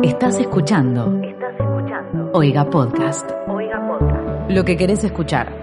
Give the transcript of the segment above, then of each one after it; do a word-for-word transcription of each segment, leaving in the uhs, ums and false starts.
Estás escuchando. Estás escuchando. Oiga Podcast. Oiga Podcast. Lo que querés escuchar.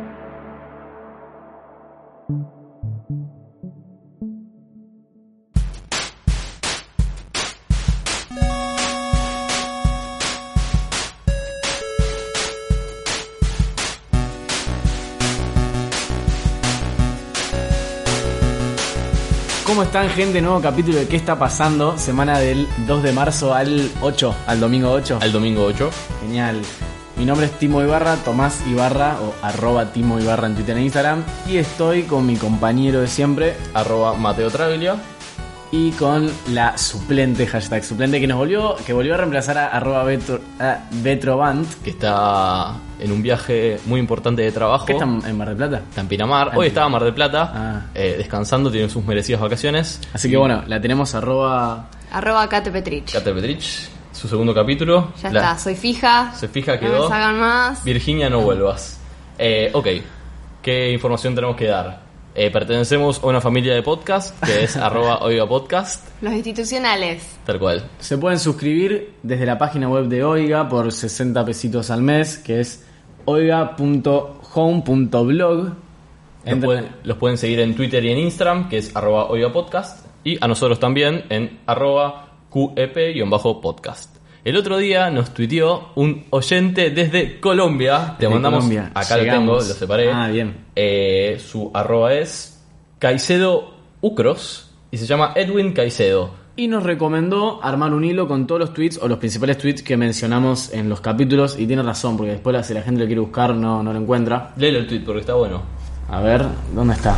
¿Cómo están, gente? Nuevo capítulo de ¿Qué está pasando? Semana del dos de marzo al ocho, al domingo ocho. Al domingo ocho. Genial. Mi nombre es Timo Ibarra, Tomás Ibarra o arroba Timo Ibarra en Twitter e Instagram. Y estoy con mi compañero de siempre, Arroba Mateo Traglia. y con la suplente, hashtag suplente, que nos volvió, que volvió a reemplazar a arroba Betro, a Betroband. Que está en un viaje muy importante de trabajo. ¿Qué está en Mar del Plata? Está en Pinamar. Ah, Hoy estaba en Mar del Plata, Ah. eh, descansando, tiene sus merecidas vacaciones. Así que bueno, la tenemos arroba... Arroba Kate Petrich. Kate Petrich, su segundo capítulo. Ya La- está, soy fija. Se fija, No quedó. me salgan más. Virginia, no vuelvas. Eh, ok, ¿qué información tenemos que dar? Eh, pertenecemos a una familia de podcast que es arroba Oiga Podcast, Los institucionales. tal cual. Se pueden suscribir desde la página web de Oiga por sesenta pesitos al mes, que es oiga punto home punto blog. Los Entra- pueden, los pueden seguir en Twitter y en Instagram, que es arroba Oiga Podcast, y a nosotros también en arroba Q E P-podcast. El otro día nos tuiteó un oyente desde Colombia. Te Desde mandamos, Colombia. acá lo Llegamos. tengo, lo separé. Ah, bien. Eh, su arroba es Caicedo Ucros y se llama Edwin Caicedo. Y nos recomendó armar un hilo con todos los tweets o los principales tweets que mencionamos en los capítulos. Y tiene razón, porque después la- si la gente lo quiere buscar no, no lo encuentra. Léelo el tweet porque está bueno. A ver, ¿dónde está?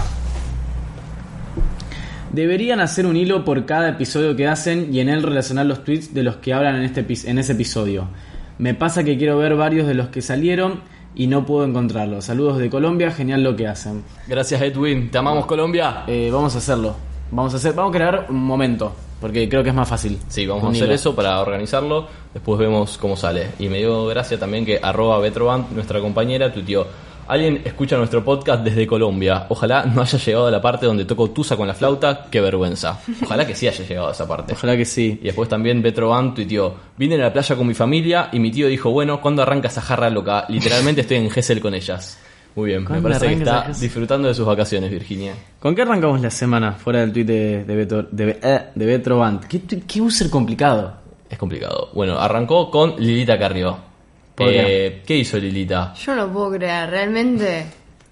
Deberían hacer un hilo por cada episodio que hacen y en él relacionar los tweets de los que hablan en, este, epi- en ese episodio. Me pasa que quiero ver varios de los que salieron y no puedo encontrarlos. Saludos de Colombia, genial lo que hacen. Gracias, Edwin. Te amamos, Colombia. Eh, vamos a hacerlo. Vamos a hacer, vamos a crear un momento, porque creo que es más fácil. Sí, vamos a Un hacer hilo. eso para organizarlo. Después vemos cómo sale. Y me dio gracia también que arroba Betroband, nuestra compañera, tuiteó: alguien escucha nuestro podcast desde Colombia. Ojalá no haya llegado a la parte donde toco tusa con la flauta. Qué vergüenza. Ojalá que sí haya llegado a esa parte. Ojalá que sí. Y después también Betroband tuiteó: vine a la playa con mi familia y mi tío dijo, bueno, ¿cuándo arranca esa jarra loca? Literalmente estoy en Gesell con ellas. Muy bien, me ¿Cuándo parece que arranca esa está Gesell? disfrutando de sus vacaciones, Virginia. ¿Con qué arrancamos la semana? Fuera del tweet de, de, Beto, de, eh, de Betroband. ¿Qué, tu- ¿Qué user complicado? Es complicado. Bueno, arrancó con Lilita Carrió. ¿Por qué? Eh, ¿Qué hizo Lilita? Yo no lo puedo creer, realmente.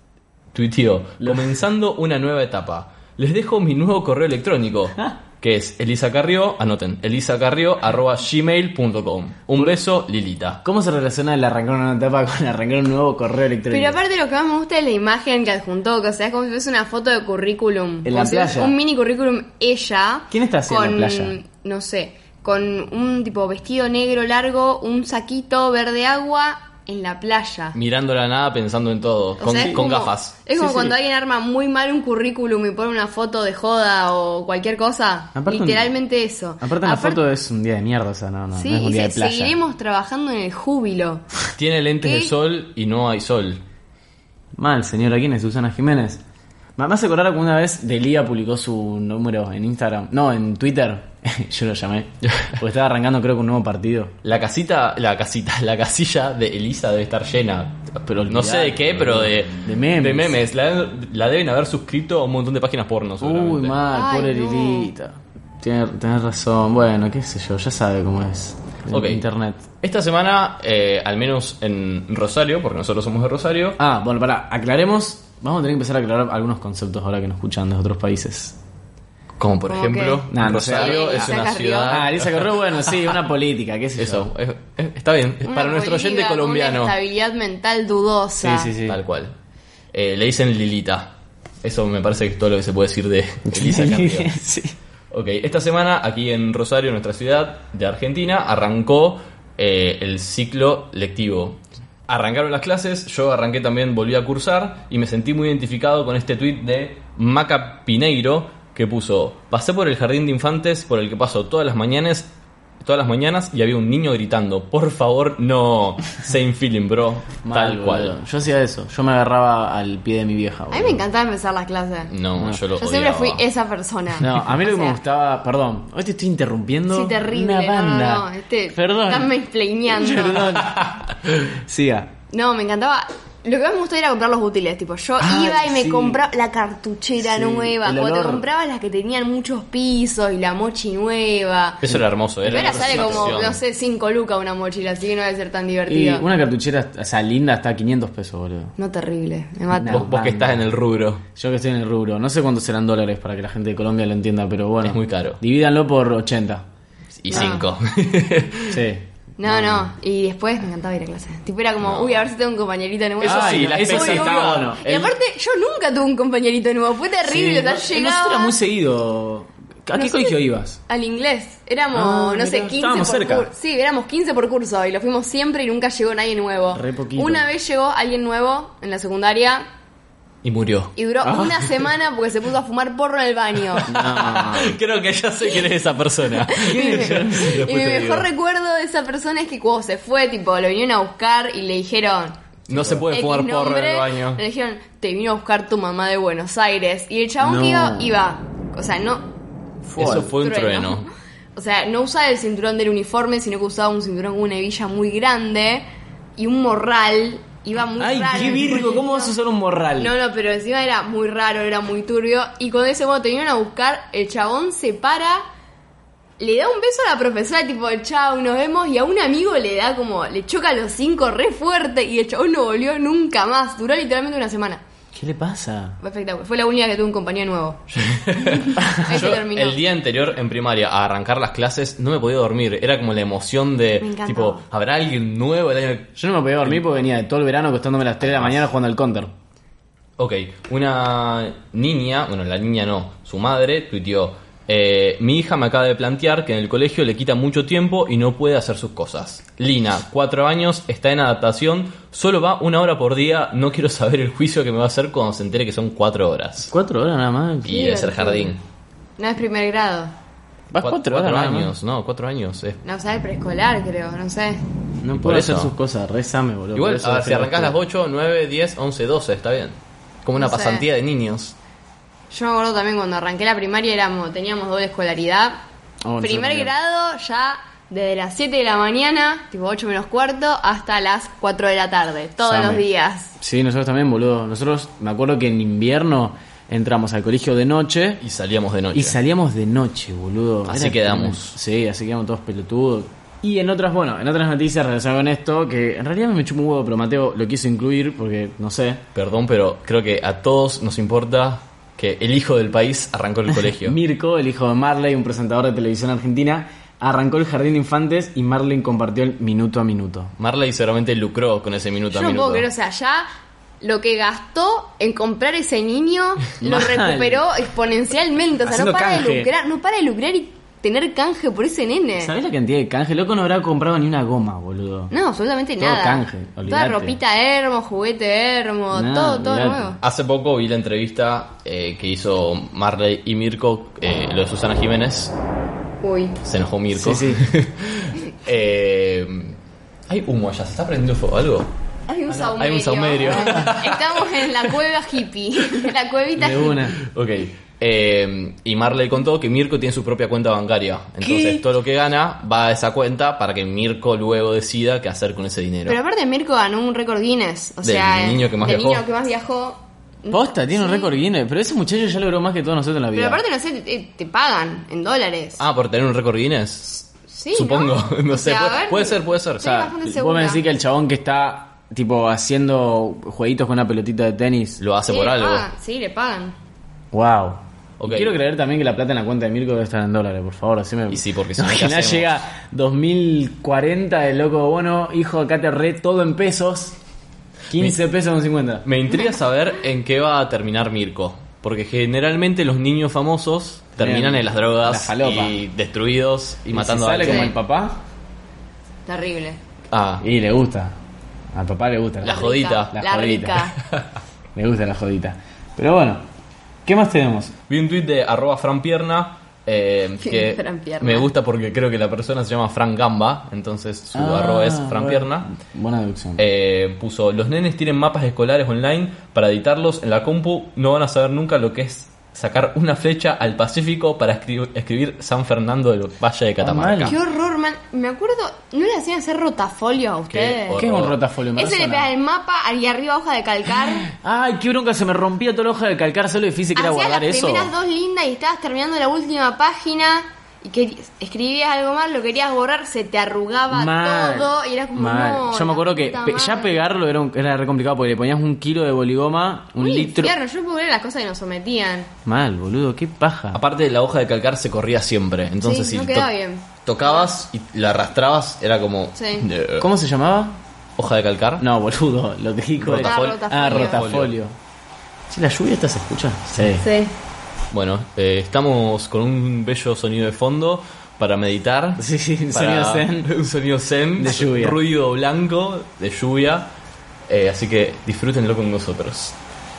Tuiteó: comenzando una nueva etapa. Les dejo mi nuevo correo electrónico, que es elisacarrió, anoten, elisacarrió arroba gmail punto com. Un beso, Lilita. ¿Cómo se relaciona el arrancar una etapa con arrancar un nuevo correo electrónico? Pero aparte lo que más me gusta es la imagen que adjuntó, que o sea, es como si fuese una foto de currículum. En Como la si fuese playa. Un mini currículum ella. ¿Quién está así en con, la playa? No sé, con un tipo vestido negro largo, un saquito verde agua en la playa. Mirando la nada, pensando en todo, O con, sea, es con como- gafas. Es como Sí, cuando sí. alguien arma muy mal un currículum y pone una foto de joda o cualquier cosa. Aparte un- Literalmente eso. Aparte la foto es un día de mierda, o sea, no, no, Sí, no es un y día se- de playa. seguiremos trabajando en el júbilo. Tiene lentes ¿Qué? de sol y no hay sol. Mal, señora, ¿quién es? Susana Jiménez. Me me hace acordar que una vez Delia publicó su número en Instagram, no, en Twitter. Yo lo llamé, porque estaba arrancando creo que un nuevo partido. La casita, la casita, la casilla de Elisa debe estar llena. Pero No sé de qué, pero de, De memes. La, la deben haber suscrito a un montón de páginas porno, seguramente. Uy, mal, Ay, pobre no. Lilita. Tienes, tenés razón, bueno, qué sé yo, ya sabe cómo es el Ok. internet. Esta semana, eh, al menos en Rosario, porque nosotros somos de Rosario, Ah, bueno, pará, aclaremos. Vamos a tener que empezar a aclarar algunos conceptos ahora que nos escuchan de otros países. como por ¿Cómo ejemplo, qué? Nah, no sé. Rosario Sí, es Elisa una Carrió. ciudad... Ah, Elisa Correo, bueno, sí, una política, qué sé yo. Eso, es- es- está bien, es Una para nuestro oyente política con colombiano. Una estabilidad mental dudosa. Sí, sí, sí. Tal cual. Eh, le dicen Lilita. Eso me parece que es todo lo que se puede decir de Elisa Carrió. Sí. Ok, esta semana aquí en Rosario, nuestra ciudad de Argentina, arrancó eh, el ciclo lectivo. Arrancaron las clases, yo arranqué también, volví a cursar y me sentí muy identificado con este tuit de Maca Pineiro que puso: pasé por el jardín de infantes por el que paso todas las mañanas todas las mañanas y había un niño gritando, por favor, no, same feeling, bro. Mal, Tal cual. boludo. Yo hacía eso. Yo me agarraba al pie de mi vieja, A boludo. mí me encantaba empezar las clases. No, No. yo lo Yo siempre odiaba. fui esa persona. No, a mí lo O que me sea, gustaba... Perdón, hoy te estoy interrumpiendo. Sí, terrible. Una banda. No, no, no. Este, Perdón. Están mansplaineando. Perdón. Siga. No, me encantaba. Lo que más me gustaba era comprar los útiles. Tipo, yo Ah, iba y me sí. compraba la cartuchera Sí, nueva. el Cuando te olor. comprabas las que tenían muchos pisos y la mochi nueva. Eso era hermoso, era Pero ahora una sale como, satisfacción. no sé, cinco lucas una mochila, así que no debe ser tan Y divertido. una cartuchera, o sea, linda, está a quinientos pesos, boludo. No, terrible. Me mata. No. Vos, vos que estás en el rubro. Yo que estoy en el rubro. No sé cuántos serán dólares para que la gente de Colombia lo entienda, pero bueno. Es muy caro. Divídanlo por ochenta. Y No. cinco. Sí. No, no. Y después me encantaba ir a clase. Tipo, era como, uy, a ver si tengo un compañerito nuevo. Eso sí, Ay, la eso sí expectativa. estaba bueno. Y El- aparte, yo nunca tuve un compañerito nuevo. Fue terrible. Sí, o sea, no- llegaba nosotros era muy seguido. ¿A qué Nosotros- colegio ibas? al inglés. Éramos, Ah, no sé, mirá, quince estábamos por cerca. curso. Sí, éramos quince por curso y lo fuimos siempre y nunca llegó nadie nuevo. Re poquito. Una vez llegó alguien nuevo en la secundaria Y murió. y duró Ah. una semana porque se puso a fumar porro en el baño. No. Creo que ya sé quién es esa persona. Y mi Después te mejor digo. recuerdo de esa persona es que cuando se fue, tipo, lo vinieron a buscar y le dijeron... No se puede X fumar porro en nombre, el baño. Le dijeron, te vino a buscar tu mamá de Buenos Aires. Y el chabón No. que iba, iba, o sea, no... Eso fue un trueno. O sea, no usaba el cinturón del uniforme, sino que usaba un cinturón con una hebilla muy grande y un morral. Iba muy Ay, raro. qué virgo, ¿cómo vas a usar un morral? No, no, pero encima era muy raro, era muy turbio. Y cuando ese modo te vinieron a buscar, el chabón se para, le da un beso a la profesora, tipo, chao, nos vemos. Y a un amigo le da como, le choca a los cinco re fuerte. Y el chabón no volvió nunca más. Duró literalmente una semana. ¿Qué le pasa? Fue espectacular. Fue la única que tuve un compañero nuevo. Ahí se Yo, terminó. el día anterior en primaria a arrancar las clases no me podía dormir. Era como la emoción de Me encantaba. tipo, ¿habrá alguien nuevo el año? Yo no me podía dormir porque venía de todo el verano acostándome a las tres de la mañana jugando al counter. Ok, una niña, bueno, la niña no, su madre tuiteó, eh, mi hija me acaba de plantear que en el colegio le quita mucho tiempo y no puede hacer sus cosas. Lina, cuatro años, está en adaptación, solo va una hora por día, no quiero saber el juicio que me va a hacer cuando se entere que son cuatro horas. ¿Cuatro horas nada más? Y debe ser divertido. jardín. No es primer grado. ¿Vas cuatro, horas nada más? años, no, cuatro años. es- No, o sea, el preescolar, creo, no sé. No Por puede eso. hacer sus cosas, rezame, boludo. Igual, por eso a ver, si prefiero arrancás a las estudiar. ocho, nueve, diez, once, doce, está bien. Como una No sé. pasantía de niños. Yo me acuerdo también cuando arranqué la primaria éramos, teníamos doble escolaridad. Oh, Primer nosotros también. grado ya desde las siete de la mañana, tipo ocho menos cuarto, hasta las cuatro de la tarde, todos Same. los días. Sí, nosotros también, boludo. Nosotros, me acuerdo que en invierno entramos al colegio de noche Y salíamos de noche. y salíamos de noche, boludo. Así Era quedamos. tremendo. Sí, así quedamos todos pelotudos. Y en otras, bueno, en otras noticias relacionadas con esto, que en realidad me chupo un huevo, pero Mateo lo quiso incluir porque, no sé. Perdón, pero creo que a todos nos importa que el hijo del país arrancó el colegio. Mirko, el hijo de Marley, un presentador de televisión argentina, arrancó el jardín de infantes y Marley compartió el minuto a minuto. Marley seguramente lucró con ese minuto Yo a no minuto. puedo creer, o sea, ya lo que gastó en comprar ese niño lo Mal. recuperó exponencialmente. O sea, Haciendo no para canje. de lucrar, no para de lucrar y tener canje por ese nene. ¿Sabés la cantidad de canje? Loco no habrá comprado ni una goma, boludo. No, absolutamente Todo nada. canje, Toda olvidate. ropita Hermo, juguete Hermo, No, todo, todo olvidate. nuevo. Hace poco vi la entrevista eh, que hizo Marley y Mirko, eh, lo de Susana Jiménez. Uy. Se enojó Mirko. Sí, sí. Eh, hay humo allá, ¿se está prendiendo fuego algo? Hay un saumerio. hay un saumerio. Estamos en la cueva hippie. La cuevita De hippie. una. Ok. Eh, y Marley contó que Mirko tiene su propia cuenta bancaria. Entonces ¿Qué? todo lo que gana va a esa cuenta para que Mirko luego decida qué hacer con ese dinero. Pero aparte Mirko ganó un récord Guinness. O Del sea, niño que más del viajó. niño que más viajó. Posta, tiene un Sí. récord Guinness. Pero ese muchacho ya logró más que todos nosotros en la vida. Pero aparte, no sé, te, te pagan en dólares. Ah, por tener un récord Guinness. Sí, Supongo, ¿no? no O sé, sea, a puede, ver, puede ser, puede ser. O sea, bastante vos segura. me decís que el chabón que está tipo haciendo jueguitos con una pelotita de tenis. Lo hace sí, por le algo. pagan, sí, le pagan. Wow. Ok. Y quiero creer también que la plata en la cuenta de Mirko debe estar en dólares, por favor. Así me... Y sí, porque si no, al ¿qué final hacemos? llega dos mil cuarenta el loco, bueno, hijo, acá te re todo en pesos. quince pesos con cincuenta. Me intriga saber en qué va a terminar Mirko. Porque generalmente los niños famosos terminan Bien. en las La drogas falopa. y destruidos y, Y matando si a sale alguien. como el papá. Terrible. Ah, Y le gusta. Al papá le gusta. La rica, jodita. La La, jodita. rica. Le gusta la jodita. Pero bueno, ¿qué más tenemos? vi un tweet de arroba franpierna Eh, que Fran Pierna. me gusta porque creo que la persona se llama Fran Gamba, entonces su Ah, arroba es Fran bueno. Pierna. Buena deducción. Eh, puso, los nenes tienen mapas escolares online para editarlos en la compu, no van a saber nunca lo que es sacar una flecha al Pacífico para escri- escribir San Fernando del Valle de Catamarca. mal. Qué horror, man. Me acuerdo, ¿no le hacían hacer rotafolio a ustedes? horror. ¿Qué es un rotafolio? Me Ese le resuena. pega el mapa y arriba hoja de calcar. Ay, qué bronca, se me rompía toda la hoja de calcar, ¿sabes lo difícil que era Hacías las guardar eso? primeras dos lindas y estabas terminando la última página y que escribías algo mal, lo querías borrar, se te arrugaba Mal, todo y era como mal. no, Yo me la acuerdo que puta pe- ya madre. pegarlo era, un- era re complicado porque le ponías un kilo de boligoma, un Un litro. infierno, yo puedo ver las cosas que nos sometían. Mal, boludo, qué paja. Aparte, la hoja de calcar se corría siempre, entonces Sí, si no quedaba to- bien. tocabas y la arrastrabas, era como... Sí. eh, ¿Cómo se llamaba? ¿Hoja de calcar? No, boludo, lo que dijo es- Rotafol- Ah, rotafolio. rotafolio. Sí, la lluvia esta se escucha. Sí. Sí. Bueno, eh, estamos con un bello sonido de fondo para meditar. Sí, sí, un para- sonido zen. Un sonido zen. De lluvia. Ruido blanco de lluvia. Eh, así que disfrútenlo con nosotros.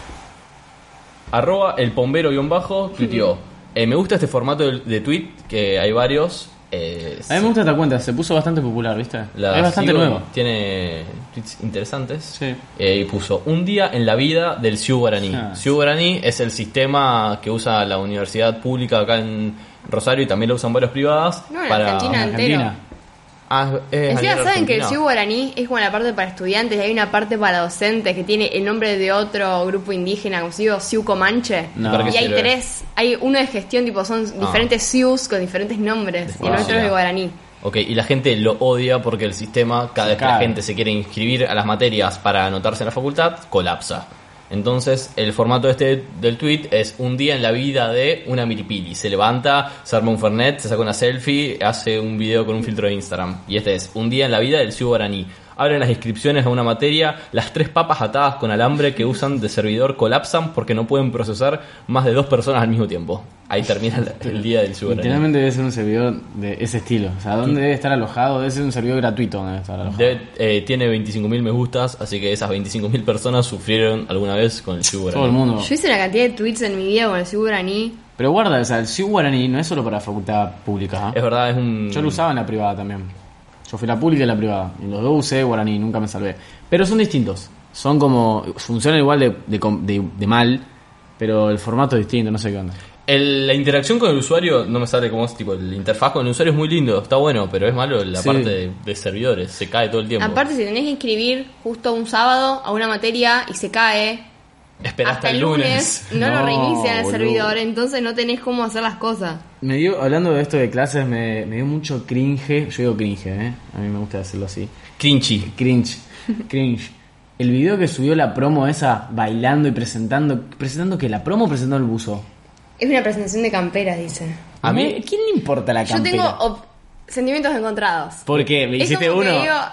Arroba el pombero guión bajo tuiteó. Eh, me gusta este formato de, de tweet, que hay varios. Eh, A mí me gusta esta cuenta, se puso bastante popular, ¿viste? la es bastante sigo, nuevo. Tiene tweets interesantes. Sí. Eh, y puso un día en la vida del Ciu Guaraní. Ah. Ciu Guaraní es el sistema que usa la universidad pública acá en Rosario y también lo usan varias privadas. No, en para... Argentina En entero. Argentina. Ah, es a Encima nivel saben que el argentino. Ciu Guaraní es como la parte para estudiantes y hay una parte para docentes que tiene el nombre de otro grupo indígena, como si digo Ciu Comanche. No. ¿Para qué Y hay sirve? tres, hay uno de gestión, tipo son diferentes Cius con diferentes nombres. Y el Wow. nuestro es de Guaraní. Ok, y la gente lo odia porque el sistema, cada Se vez que la cae. gente se quiere inscribir a las materias para anotarse en la facultad, colapsa. Entonces, el formato este del tweet es un día en la vida de una milipili. Se levanta, se arma un fernet, se saca una selfie, hace un video con un filtro de Instagram. Y este es un día en la vida del Ciu Guaraní. Abren las inscripciones a una materia, las tres papas atadas con alambre que usan de servidor colapsan porque no pueden procesar más de dos personas al mismo tiempo. Ahí termina el, el día del Ciu Guaraní. Literalmente debe ser un servidor de ese estilo. O sea, ¿dónde debe estar alojado? Debe ser un servidor gratuito donde debe estar alojado. Debe- eh, tiene veinticinco mil me gustas, así que esas veinticinco mil personas sufrieron alguna vez con el Ciu Guaraní. Todo el mundo. Yo hice una cantidad de tweets en mi vida con el Ciu Guaraní. Pero guarda, o sea, el Ciu Guaraní no es solo para facultad pública. ¿eh? Es verdad, es un... Yo lo usaba en la privada también. Yo fui la pública y la privada. Y los dos usé Guaraní, nunca me salvé. Pero son distintos. Son como. Funcionan igual de, de, de- de mal, pero el formato es distinto, no sé qué onda. El- la interacción con el usuario no me sale como es, tipo, la interfaz con el usuario es muy lindo, está bueno, pero es malo la Sí. parte de, de servidores, se cae todo el tiempo. Aparte, si tenés que inscribir justo un sábado a una materia y se cae, Espera hasta el lunes, no, No, lo reinician el boludo. servidor, entonces no tenés cómo hacer las cosas. Me dio, hablando de esto de clases, me, me dio mucho cringe. Yo digo cringe, ¿eh? A mí me gusta decirlo así. Cringy. Cringe. Cringe. El video que subió la promo esa bailando y presentando. ¿Presentando qué? ¿La promo o presentando el buzo? Es una presentación de camperas, dice. A mí- ¿Quién le importa la Yo campera? tengo op- sentimientos encontrados. ¿Por qué? ¿Me Es hiciste como que uno? digo,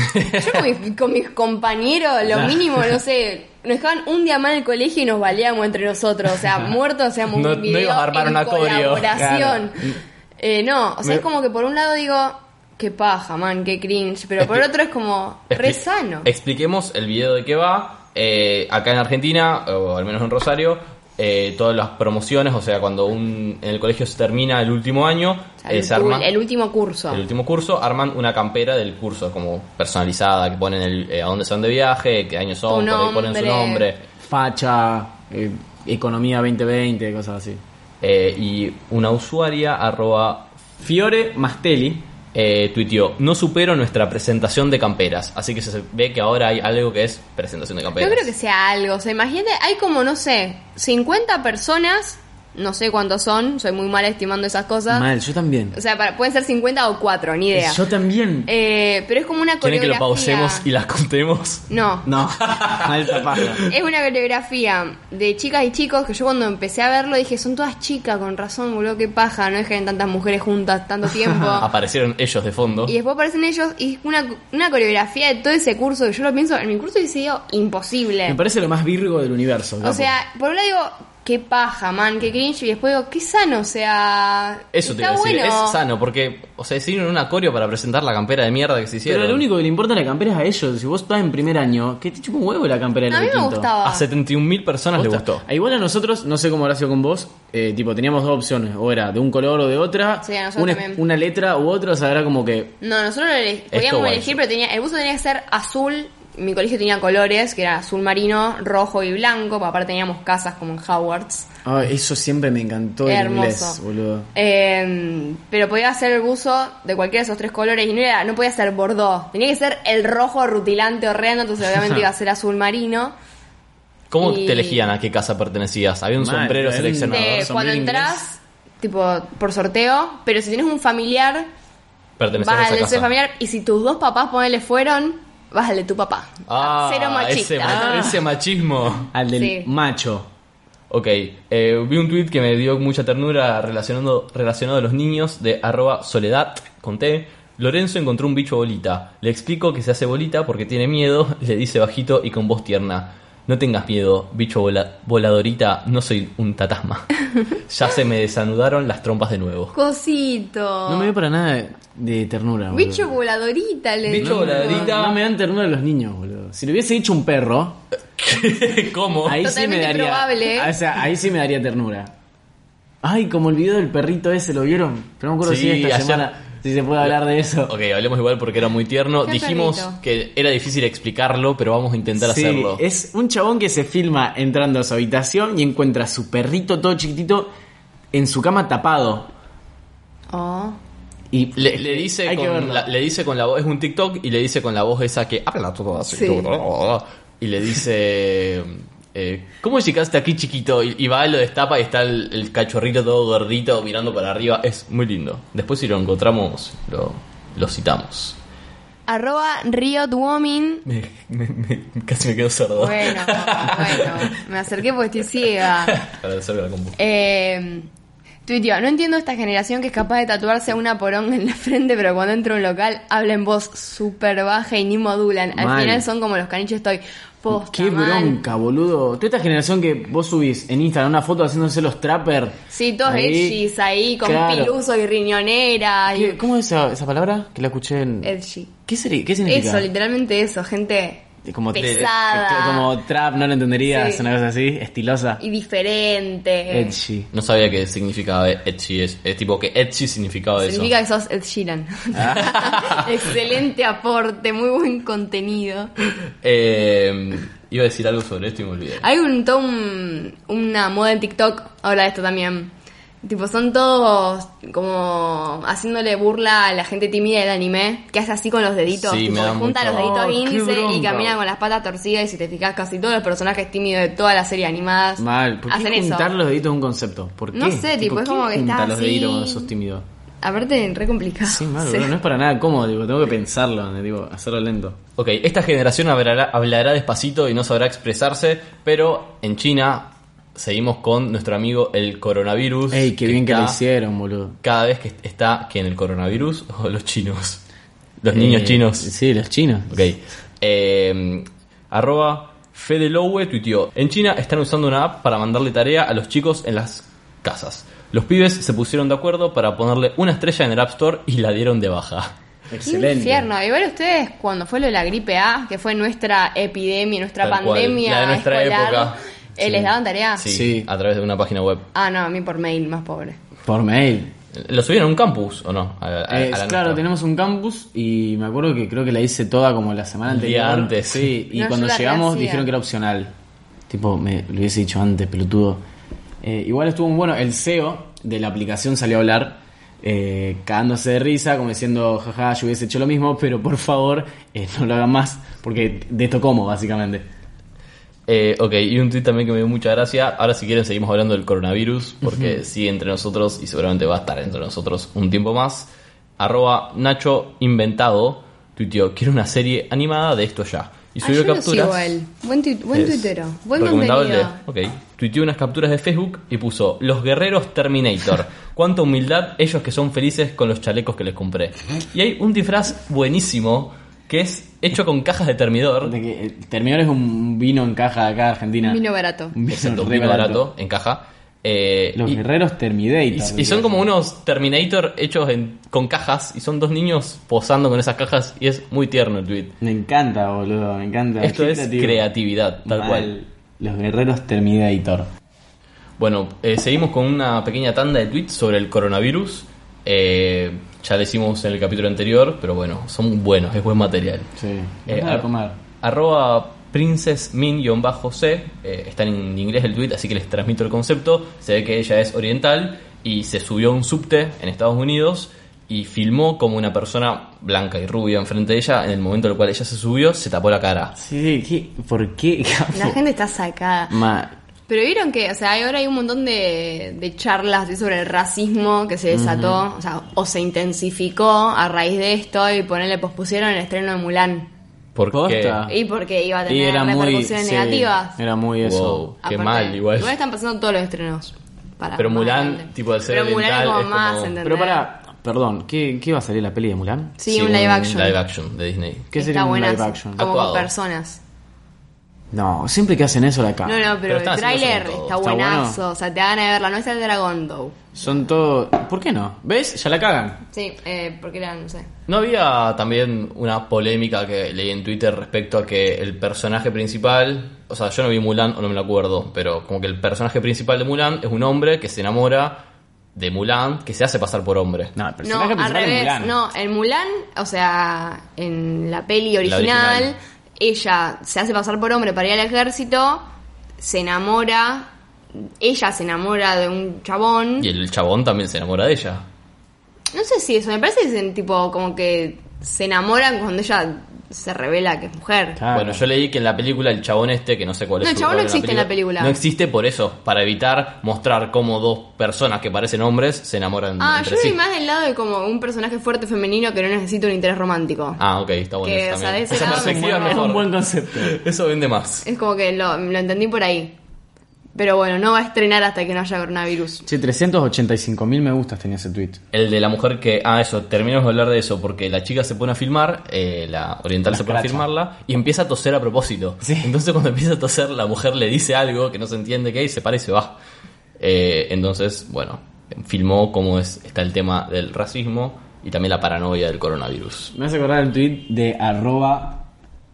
yo con mis, con mis compañeros, lo No. mínimo, no sé, nos dejaban un día más en el colegio y nos baleamos entre nosotros. O sea, muertos, hacíamos No- un no video ibas a armar en una coreo. colaboración. Claro. Eh, no, o sea, Me- es como que por un lado digo, qué paja, man, qué cringe. Pero por Expli- otro es como, re Expli- sano. Expliquemos el video de qué va. Eh, acá en Argentina, o al menos en Rosario, eh, todas las promociones, o sea, cuando un, en el colegio se termina el último año, O sea, eh, el, se arma... el último curso. el último curso, arman una campera del curso como personalizada, que ponen el, eh, a dónde son de viaje, qué años son, Tu por ahí ponen su nombre. nombre. Facha, eh, economía veinte veinte, cosas así. Eh, y una usuaria, arroba, Fiore Mastelli. eh, tuiteó, no supero nuestra presentación de camperas. Así que se ve que ahora hay algo que es presentación de No camperas. creo que sea algo. O sea, imagínate, hay como, no sé, cincuenta personas. No sé cuántos son. Soy muy mala estimando esas cosas. Mal, yo también. O sea, para- pueden ser cincuenta o cuatro, ni idea. Yo también. Eh, pero es como una ¿Quieren que coreografía. lo pausemos y las contemos? No. No, alta paja. Es una coreografía de chicas y chicos que yo cuando empecé a verlo dije, son todas chicas, con razón, boludo, qué paja, no dejen tantas mujeres juntas tanto tiempo. Aparecieron ellos de fondo. Y después aparecen ellos y es una, una coreografía de todo ese curso que yo lo pienso, en mi curso hubiese sido imposible. Me parece lo más virgo del universo. O capo. sea, por un lado digo, qué paja, man, qué cringe. Y después digo, qué sano, o sea. Eso te está iba a decir, bueno. es sano, porque, o sea, hicieron un acorio para presentar la campera de mierda que se hicieron. Pero lo único que le importa a la campera es a ellos. Si vos estás en primer año, que te chupa un huevo la campera de A mí me quinto. gustaba. A setenta y un mil personas le gustó. Ah, igual a nosotros, no sé cómo habrá sido con vos, eh, tipo, teníamos dos opciones, o era de un color o de otra, Sí, a nosotros una, también. una letra u otra, o sea, era como que... No, nosotros ele- podíamos guay, elegir, sí. pero tenía, el buzo tenía que ser azul. Mi colegio tenía colores, que era azul marino, rojo y blanco, porque aparte teníamos casas como en Hogwarts. Ay, eso siempre me encantó en Hermoso. inglés, boludo. Eh, pero podía hacer el buzo de cualquiera de esos tres colores y no era, no podía ser bordó. Tenía que ser el rojo rutilante horrendo, entonces obviamente iba a ser azul marino. ¿Cómo Y- te elegían a qué casa pertenecías? Había un Mal, sombrero era un- seleccionado. De sombrero cuando inglés. entras, tipo por sorteo, pero si tienes un familiar, Pertenecías a vas esa al de casa. ese familiar y si tus dos papás ponele fueron, vas al de tu papá. Ah, Cero ese, machista. ma- ese machismo. Al del Sí. macho. Ok, eh, vi un tweet que me dio mucha ternura relacionando, relacionado a los niños de arroba soledad con T. Lorenzo encontró un bicho bolita. Le explico que se hace bolita porque tiene miedo. Le dice bajito y con voz tierna: no tengas miedo, bicho vola- voladorita, no soy un tatasma. Ya se me desanudaron las trompas de nuevo. Cosito. No me dio para nada de, de ternura, boludo. Bicho voladorita, le Bicho digo. voladorita. No me dan ternura los niños, boludo. Si le hubiese hecho un perro, ¿Cómo? ahí sí me Totalmente daría... improbable, ¿eh? O sea, ahí sí me daría ternura. Ay, como el video del perrito ese, ¿lo vieron? Pero no me acuerdo Sí, si esta ayer- semana... Si se puede hablar de eso. Ok, hablemos igual porque era muy tierno. ¿Qué Dijimos perrito? que era difícil explicarlo, pero vamos a intentar Sí, hacerlo. es un chabón que se filma entrando a su habitación y encuentra a su perrito todo chiquitito en su cama tapado. Oh. Y Le, le dice hay que con verlo. la, le dice con la voz, es un TikTok y le dice con la voz esa que habla todo así. Sí. todo, y le dice eh, ¿cómo llegaste aquí chiquito? Y, y va, lo destapa y está el, el cachorrito todo gordito mirando para arriba. Es muy lindo. Después si lo encontramos lo, lo citamos. Arroba Riotwoman. Me, me- me- casi me quedo sordo. Bueno, bueno. Me acerqué porque estoy ciega. Para hacer la compu. Eh, tuiteó, no entiendo esta generación que es capaz de tatuarse una poronga en la frente, pero cuando entra a un local habla en voz súper baja y ni modulan. Al Mal. final son como los canichos estoy. Posta, Qué man. bronca, boludo. Toda esta generación que vos subís en Instagram una foto haciéndose los trapper. Sí, todos ahí, edgys ahí, con claro. piluso y riñonera. ¿Qué- Y... ¿Cómo es esa, esa palabra? Que la escuché en... Edgy. ¿Qué, sería, ¿Qué significa? Eso, literalmente eso, gente Como, pesada. como trap, no lo entenderías, Sí. una cosa así, estilosa. y diferente. Edgy. No sabía que significaba edgy. Es, es tipo que edgy significaba Significa eso. que sos Ed Sheeran. Excelente aporte, muy buen contenido. Eh, iba a decir algo sobre esto y me olvidé. Hay un, todo un- una moda en TikTok, habla de esto también. Tipo, son todos como haciéndole burla a la gente tímida del anime, que hace así con los deditos, Sí, tipo, me da que junta mucho- los deditos Oh, qué índice y bronca. camina con las patas torcidas y si te fijas casi todos los personajes tímidos de toda la serie animadas Mal. ¿Por qué hacen eso. juntar los deditos es un concepto? ¿Por qué? No sé, tipo, es ¿quién como que junta estás los así? deditos cuando sos tímido? Aparte, re complicado. Sí, mal, Sí. boludo, no es para nada cómodo, digo, tengo que pensarlo, digo, hacerlo lento. Ok, esta generación hablará, hablará despacito y no sabrá expresarse, pero en China seguimos con nuestro amigo el coronavirus. Ey, qué bien que está lo hicieron, boludo. Cada vez que está, que en el coronavirus o los chinos. Los niños Eh, chinos. Sí, los chinos. Ok. Eh, arroba Fede Lowe tuiteó: en China están usando una app para mandarle tarea a los chicos en las casas. Los pibes se pusieron de acuerdo para ponerle una estrella en el App Store y la dieron de baja. Qué Excelente. infierno. Igual ustedes, cuando fue lo de la gripe A, que fue nuestra epidemia, nuestra Tal cual. pandemia La de nuestra escolar, época. eh, Sí. ¿les daban tarea? Sí, Sí. a través de una página web. Ah, no, a mí por mail, más pobre. Por mail. ¿Lo subieron a un campus o no? A, a- a Eh, la claro, nuestra. tenemos un campus y me acuerdo que creo que la hice toda como la semana El día anterior. antes. Sí, y No, cuando yo la llegamos rehacía. dijeron que era opcional. Tipo, me lo hubiese dicho antes, pelotudo. Eh, igual estuvo muy bueno. El C E O de la aplicación salió a hablar, eh, cagándose de risa, como diciendo, jaja, yo hubiese hecho lo mismo, pero por favor, eh, no lo hagan más, porque de esto como, básicamente. Eh, ok, y un tweet también que me dio mucha gracia. Ahora si quieren seguimos hablando del coronavirus, porque sigue entre nosotros y seguramente va a estar entre nosotros un tiempo más. Arroba Nacho Inventado tuiteó: quiero una serie animada de esto ya. Y Ah, subió yo lo capturas. sigo a él. Buen, tu- buen Es tuitero. Buen recomendable. contenido. Ok. Tuiteó unas capturas de Facebook y puso: los guerreros Terminator. Cuánta humildad ellos que son felices con los chalecos que les compré. Y hay un disfraz buenísimo que es hecho con cajas de termidor. De que el termidor es un vino en caja de acá de Argentina. Un vino barato. Un vino Exacto, un re vino barato en caja. Eh, Los y, guerreros Terminator. y, y son como unos Terminator hechos en, con cajas, y son dos niños posando con esas cajas, y es muy tierno el tweet. Me encanta, boludo, me encanta. Esto Qué es creativo. creatividad, tal Mal. cual. Los guerreros Terminator. Bueno, eh, seguimos con una pequeña tanda de tweets sobre el coronavirus. Eh, ya lo hicimos en el capítulo anterior, pero bueno, son buenos, es buen material. Sí. Eh, Nada de ar- comer. Arroba princessmin-c, eh, está en inglés el tweet, así que les transmito el concepto. Se ve que ella es oriental y se subió a un subte en Estados Unidos y filmó como una persona blanca y rubia enfrente de ella. En el momento en el cual ella se subió, se tapó la cara. Sí, ¿qué? ¿Por qué? La gente está sacada. Ma- Pero vieron que, o sea, ahora hay un montón de, de charlas así sobre el racismo que se desató, o sea, o se intensificó a raíz de esto, y ponerle pospusieron el estreno de Mulan. Porque Posta. Y porque iba a Y tener era muy, repercusiones sí, negativas. era muy eso. wow, qué Aparte, mal igual. Igual están pasando todos los estrenos. Para Pero más Mulan, adelante. tipo, al ser Pero Mulan es oriental, como es más, como- ¿entendés? Pero para, perdón, ¿qué, ¿qué va a salir la peli de Mulan? Sí, un live action. live action de Disney. ¿Qué Está sería un buenazo, live action? Como Actuado. con personas. No, siempre que hacen eso la cagan. No, no, Pero pero, están el haciendo tráiler eso con está todo. ¿Está buenazo. bueno? O sea, te dan a verla. No es el Dragon Dough. Son todos... ¿Por qué no? ¿Ves? Ya la cagan. Sí, eh, porque era, no sé. ¿No había también una polémica que leí en Twitter respecto a que el personaje principal, o sea, yo no vi Mulan o no me lo acuerdo, pero como que el personaje principal de Mulan es un hombre que se enamora de Mulan, que se hace pasar por hombre? No, el No, personaje al principal es revés. Mulan. No, en Mulan, o sea, en la peli original, original. ella se hace pasar por hombre para ir al ejército, se enamora, ella se enamora de un chabón. Y el chabón también se enamora de ella. No sé si eso, me parece que es tipo como que se enamoran cuando ella se revela que es mujer. Claro. Bueno, yo leí que en la película el chabón este, que no sé cuál es No, el su chabón rol no existe en la película. No existe por eso, para evitar mostrar cómo dos personas que parecen hombres se enamoran Ah, entre yo sí. vi más del lado de como un personaje fuerte femenino que no necesita un interés romántico. Ah, ok, está bueno Que, eso o sea, también. de ese Esa lado perspectiva como- es Es mejor. un buen concepto. Eso vende más. Es como que lo, lo entendí por ahí. Pero bueno, no va a estrenar hasta que no haya coronavirus. Sí, trescientos ochenta y cinco mil me gustas tenía ese tweet. El de la mujer que... Ah, eso, terminamos de hablar de eso, porque la chica se pone a filmar, eh, la oriental La se pone a escracha. filmarla, y empieza a toser a propósito. Sí. Entonces cuando empieza a toser, la mujer le dice algo que no se entiende qué, y se para y se va. Eh, entonces, bueno, filmó cómo es, está el tema del racismo y también la paranoia del coronavirus. Me hace acordar el tweet de arroba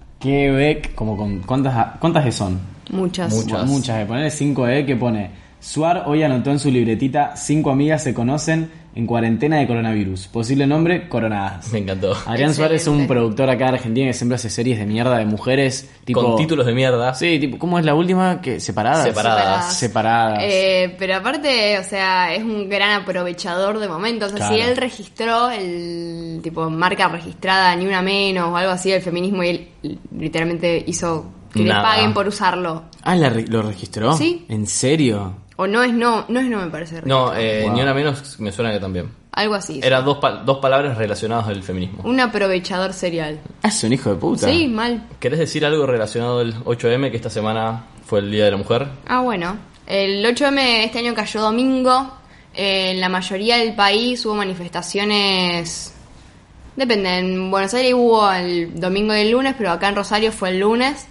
Quebec, como con... ¿Cuántas, cuántas E son? Muchas. Muchas. Muchas, de poner cinco E que pone... Suar hoy anotó en su libretita: cinco amigas se conocen en cuarentena de coronavirus. Posible nombre, Coronadas. Me encantó. Adrián Suárez es un Excelente. productor acá de Argentina que siempre hace series de mierda de mujeres. Tipo, Con títulos de mierda. Sí, tipo, ¿cómo es la última? que ¿Separadas? Separadas. Separadas. Eh, pero aparte, o sea, es un gran aprovechador de momentos. O sea, Claro. si él registró el tipo marca registrada Ni Una Menos o algo así del feminismo, y él literalmente hizo que Nada. le paguen por usarlo. Ah, ¿la re- ¿lo registró? Sí. ¿En serio? O no es no, no es no me parece. No, registrado. eh, Wow. ni una menos me suena que también. Algo así. Eran dos, pa- dos palabras relacionadas al feminismo. Un aprovechador serial. Ah, es un hijo de puta. Sí, mal. ¿Querés decir algo relacionado al ocho eme, que esta semana fue el Día de la Mujer? Ah, bueno. El ocho eme este año cayó domingo. Eh, en la mayoría del país hubo manifestaciones. Depende, en Buenos Aires hubo el domingo y el lunes, pero acá en Rosario fue el lunes.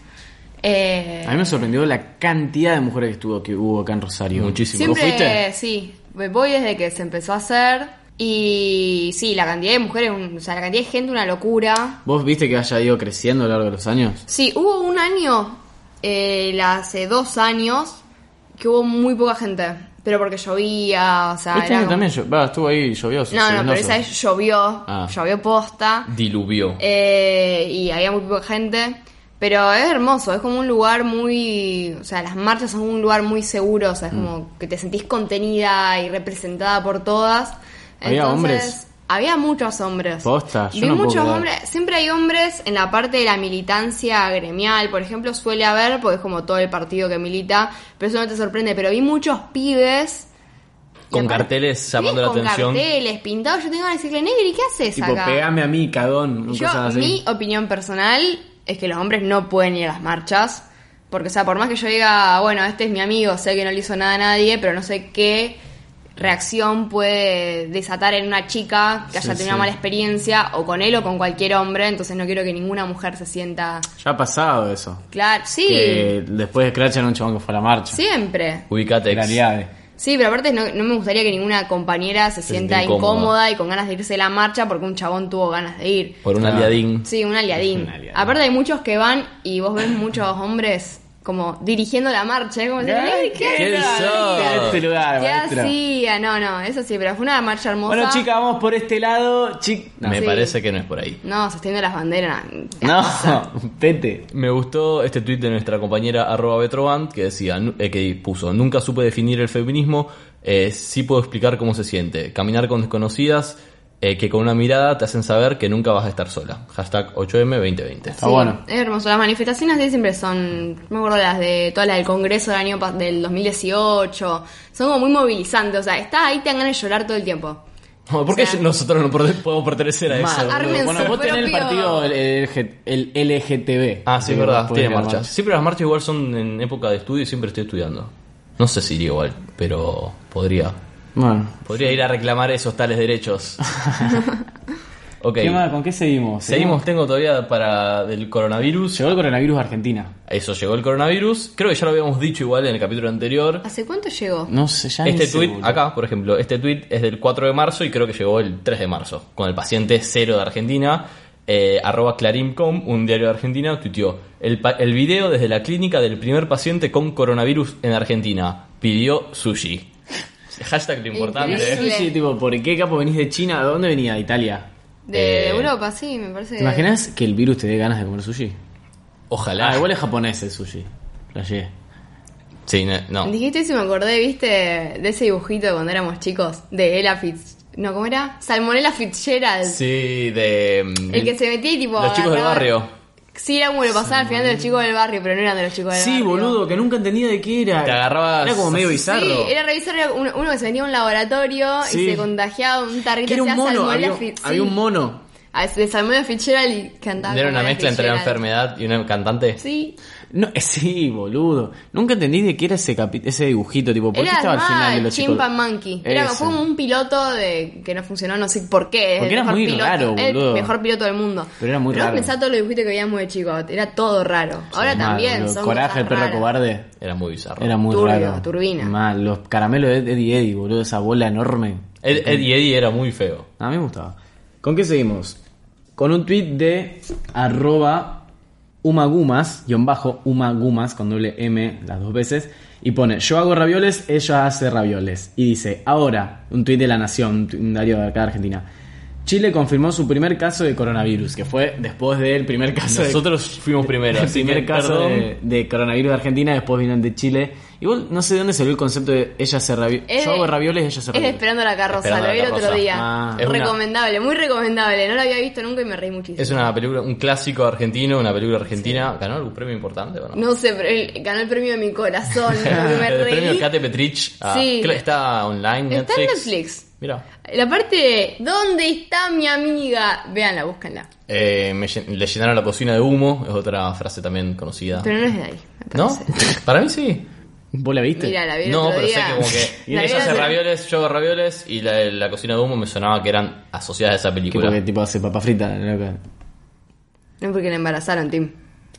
Eh, A mí me sorprendió la cantidad de mujeres que estuvo que hubo acá en Rosario. Muchísimo. ¿Vos siempre, fuiste? sí, voy desde que se empezó a hacer. Y sí, la cantidad de mujeres, un- o sea, la cantidad de gente, una locura. ¿Vos viste que haya ido creciendo a lo largo de los años? Sí, hubo un año, eh, hace dos años, que hubo muy poca gente. Pero porque llovía, o sea, Este era año como- también, llo- va, estuvo ahí, llovió. No, no, pero serenoso. esa vez llovió, Ah. llovió posta, Diluvió. eh, y había muy poca gente, pero es hermoso, es como un lugar muy, o sea, las marchas son un lugar muy seguro, o sea, es Mm. como que te sentís contenida y representada por todas. ¿Había Entonces, hombres? Había muchos hombres. Posta, yo Vi no puedo muchos creer. hombres, siempre hay hombres en la parte de la militancia gremial, por ejemplo, suele haber, porque es como todo el partido que milita, pero eso no te sorprende, pero vi muchos pibes y Con aparte- carteles llamando la con atención. carteles pintados, yo tengo que decirle, Negri, ¿qué haces Tipo, acá? pegame a mí, cagón. Yo, cosas así. mi opinión personal es que los hombres no pueden ir a las marchas, porque, o sea, por más que yo diga, bueno, este es mi amigo, sé que no le hizo nada a nadie, pero no sé qué reacción puede desatar en una chica que haya Sí, tenido una sí. mala experiencia, o con él o con cualquier hombre, entonces no quiero que ninguna mujer se sienta... Ya ha pasado eso. Claro, sí, Que después escrachan a un chabón que fue a la marcha. siempre. Ubicate. ex. Realidades. Sí, pero aparte no, no me gustaría que ninguna compañera se sienta sienta incómoda. incómoda y con ganas de irse de la marcha porque un chabón tuvo ganas de ir. Por un Claro. aliadín. Sí, un aliadín. Un aliadín. Aparte hay muchos que van y vos ves muchos hombres como dirigiendo la marcha, ¿eh? Como si, Ay, ¿qué, ¿Qué sos? En este lugar, ¿Qué maestro. hacía? No, no, eso sí, pero fue una marcha hermosa. Bueno, chicas, vamos por este lado. Chi- no. Me Sí. parece que no es por ahí. No, sosteniendo las banderas. No, Pete. Me gustó este tuit de nuestra compañera arroba Betroband que decía, nu- eh, que puso, nunca supe definir el feminismo, eh, sí puedo explicar cómo se siente. Caminar con desconocidas eh, que con una mirada te hacen saber que nunca vas a estar sola. Hashtag ocho eme veinte veinte. Está bueno. Es hermoso. Las manifestaciones de siempre son, me acuerdo las de todas las del Congreso del año pas- del dos mil dieciocho, son como muy movilizantes, o sea, estás ahí te dan ganas de llorar todo el tiempo. ¿Por qué O sea, nosotros no por- podemos pertenecer a Mal, eso? boludo. Armen Bueno, su vos tenés el propio- partido el, el, el L G T B. Ah, sí, es Que verdad, podés tiene ir a la marchas. marcha. Siempre las marchas igual son en época de estudio y siempre estoy estudiando. No sé si iría igual, pero podría. Bueno. Podría ir a reclamar esos tales derechos. Ok. ¿Qué más? ¿Con qué seguimos? Seguimos, tengo todavía para del coronavirus. Llegó el coronavirus a Argentina. Eso, llegó el coronavirus. Creo que ya lo habíamos dicho igual en el capítulo anterior. ¿Hace cuánto llegó? No sé, ya ni Este sé, tweet, boludo. acá, por ejemplo, este tweet es del cuatro de marzo y creo que llegó el tres de marzo, con el paciente cero de Argentina. Eh, arroba clarín punto com, un diario de Argentina, tuiteó el, pa- el video desde la clínica del primer paciente con coronavirus en Argentina. Pidió sushi. Hashtag lo importante. Increíble. Sí, sí, tipo, ¿por qué capo venís de China? ¿De dónde venía? ¿De Italia? De Eh, Europa, sí, me parece. ¿Te imaginas que el virus te dé ganas de comer sushi? Ojalá. Ah, igual es japonés el sushi. Flashé. Sí, no. no. Dijiste eso y me acordé, ¿viste? De ese dibujito de cuando éramos chicos, de Ella Fitz... No, ¿cómo era? Salmonella Fitzgerald. Sí, de. El que se metía y tipo... Los chicos del agarraba- barrio. Sí, era como lo pasaba al final de los chicos del barrio, pero no eran de los chicos del Sí, barrio. boludo, que nunca entendía de qué era. Te agarrabas- Era como medio bizarro. Sí, era revisar uno, uno que se venía a un laboratorio Sí. y se contagiaba un tarrito Que era un hacía mono, Salmonella había, Fitz- había sí. un mono. Ah, de Salmonella Fitzgerald y cantaba. ¿No era una Salmonella mezcla entre una Fitzgerald. enfermedad y una cantante? Sí. No, eh, sí, boludo. Nunca entendí de qué era ese capi- ese dibujito, tipo, ¿por qué Era estaba al final de los Chimp chicos? and Monkey. Era Ese. fue como un piloto de que no funcionó, no sé por qué. Porque el era mejor muy piloto, raro, boludo. El mejor piloto del mundo. Pero era muy Pero vos raro. pensá todos los dibujitos que veíamos de chicos. Era todo raro. Ahora Mal, también boludo. son Coraje, cosas el perro raras. cobarde. Era muy bizarro. Era muy Turbio, raro. turbina. Mal, los caramelos de Eddie Eddie, boludo, esa bola enorme. Ed, Eddie Eddie era muy feo. A mí me gustaba. ¿Con qué seguimos? Con un tweet de arroba umagumas, guión bajo, umagumas, con doble M las dos veces, y pone, yo hago ravioles, ella hace ravioles. Y dice, ahora, un tweet de La Nación, un tu- un diario de acá de Argentina. Chile confirmó su primer caso de coronavirus, que fue después del primer caso de... Nosotros fuimos primero. El así primer que, caso perdón. de, de coronavirus de Argentina, después vino el de Chile. Igual no sé de dónde salió el concepto de ella hace ravioles. Es Yo de- hago ravioles, ella hace Es de ravioles. Esperando la carroza, Esperando lo vi la el otro carroza. día. Ah. Es una- Recomendable, muy recomendable. No lo había visto nunca y me reí muchísimo. Es una película, un clásico argentino, una película argentina. ¿Ganó algún premio importante o no? No sé, pero él ganó el premio de mi corazón. lo que me el reí. premio Kate Petrich. ah, Sí. creo que está online, Está Netflix. en Netflix. Mira. La parte ¿dónde está mi amiga? Véanla, búsquenla. Eh, me llen- le llenaron la cocina de humo, es otra frase también conocida. Pero no es de ahí, me ¿No? parece. Para mí sí. ¿Vos la viste? Mira, la vi el No, otro pero sé día. que como que La vi ella el hace otro- ravioles, yo hago ravioles y la, la cocina de humo me sonaba que eran asociadas a esa Que película. porque tipo hace papa frita. loca. No, porque la embarazaron, Tim.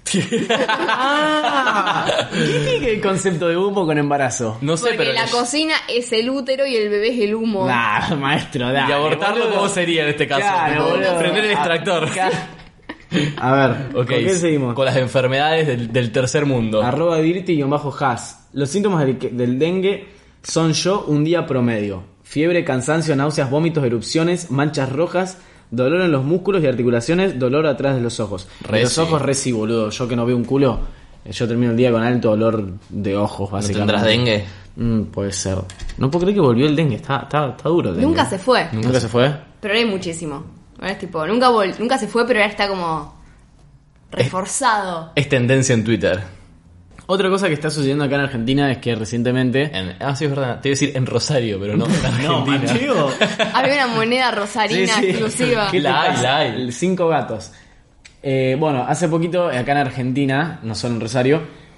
Ah, ¿qué tiene que ver el concepto de humo con embarazo? No sé, Porque pero la le- cocina es el útero y el bebé es el humo. Nah, maestro, dale. y abortarlo boludo. cómo sería en este caso. Claro, Tipo, boludo. prender el extractor. A ver, Ok, ¿con qué seguimos? con las enfermedades del, del tercer mundo. Arroba dirty-has. Los síntomas del, del dengue son yo un día promedio. Fiebre, cansancio, náuseas, vómitos, erupciones, manchas rojas, dolor en los músculos y articulaciones, dolor atrás de los ojos. Re De los sí. ojos, re sí, boludo. Yo que no veo un culo, yo termino el día con alto dolor de ojos, ¿No básicamente. tendrás dengue? Mm, puede ser. No puedo creer que volvió el dengue. Está, está, está duro el dengue. Nunca se fue. ¿Nunca se fue? Pero ahora hay muchísimo. Ahora es tipo, nunca, vol- nunca se fue, pero ahora está como reforzado. Es tendencia en Twitter. Otra cosa que está sucediendo acá en Argentina es que recientemente... En- ah, sí, es verdad. Te iba a decir en Rosario, pero no. En No, Argentina. manchego. Había una moneda rosarina exclusiva. ¿Qué te La hay, pasa? la hay. El Cinco gatos. Eh, bueno, hace poquito, acá en Argentina, no solo en Rosario,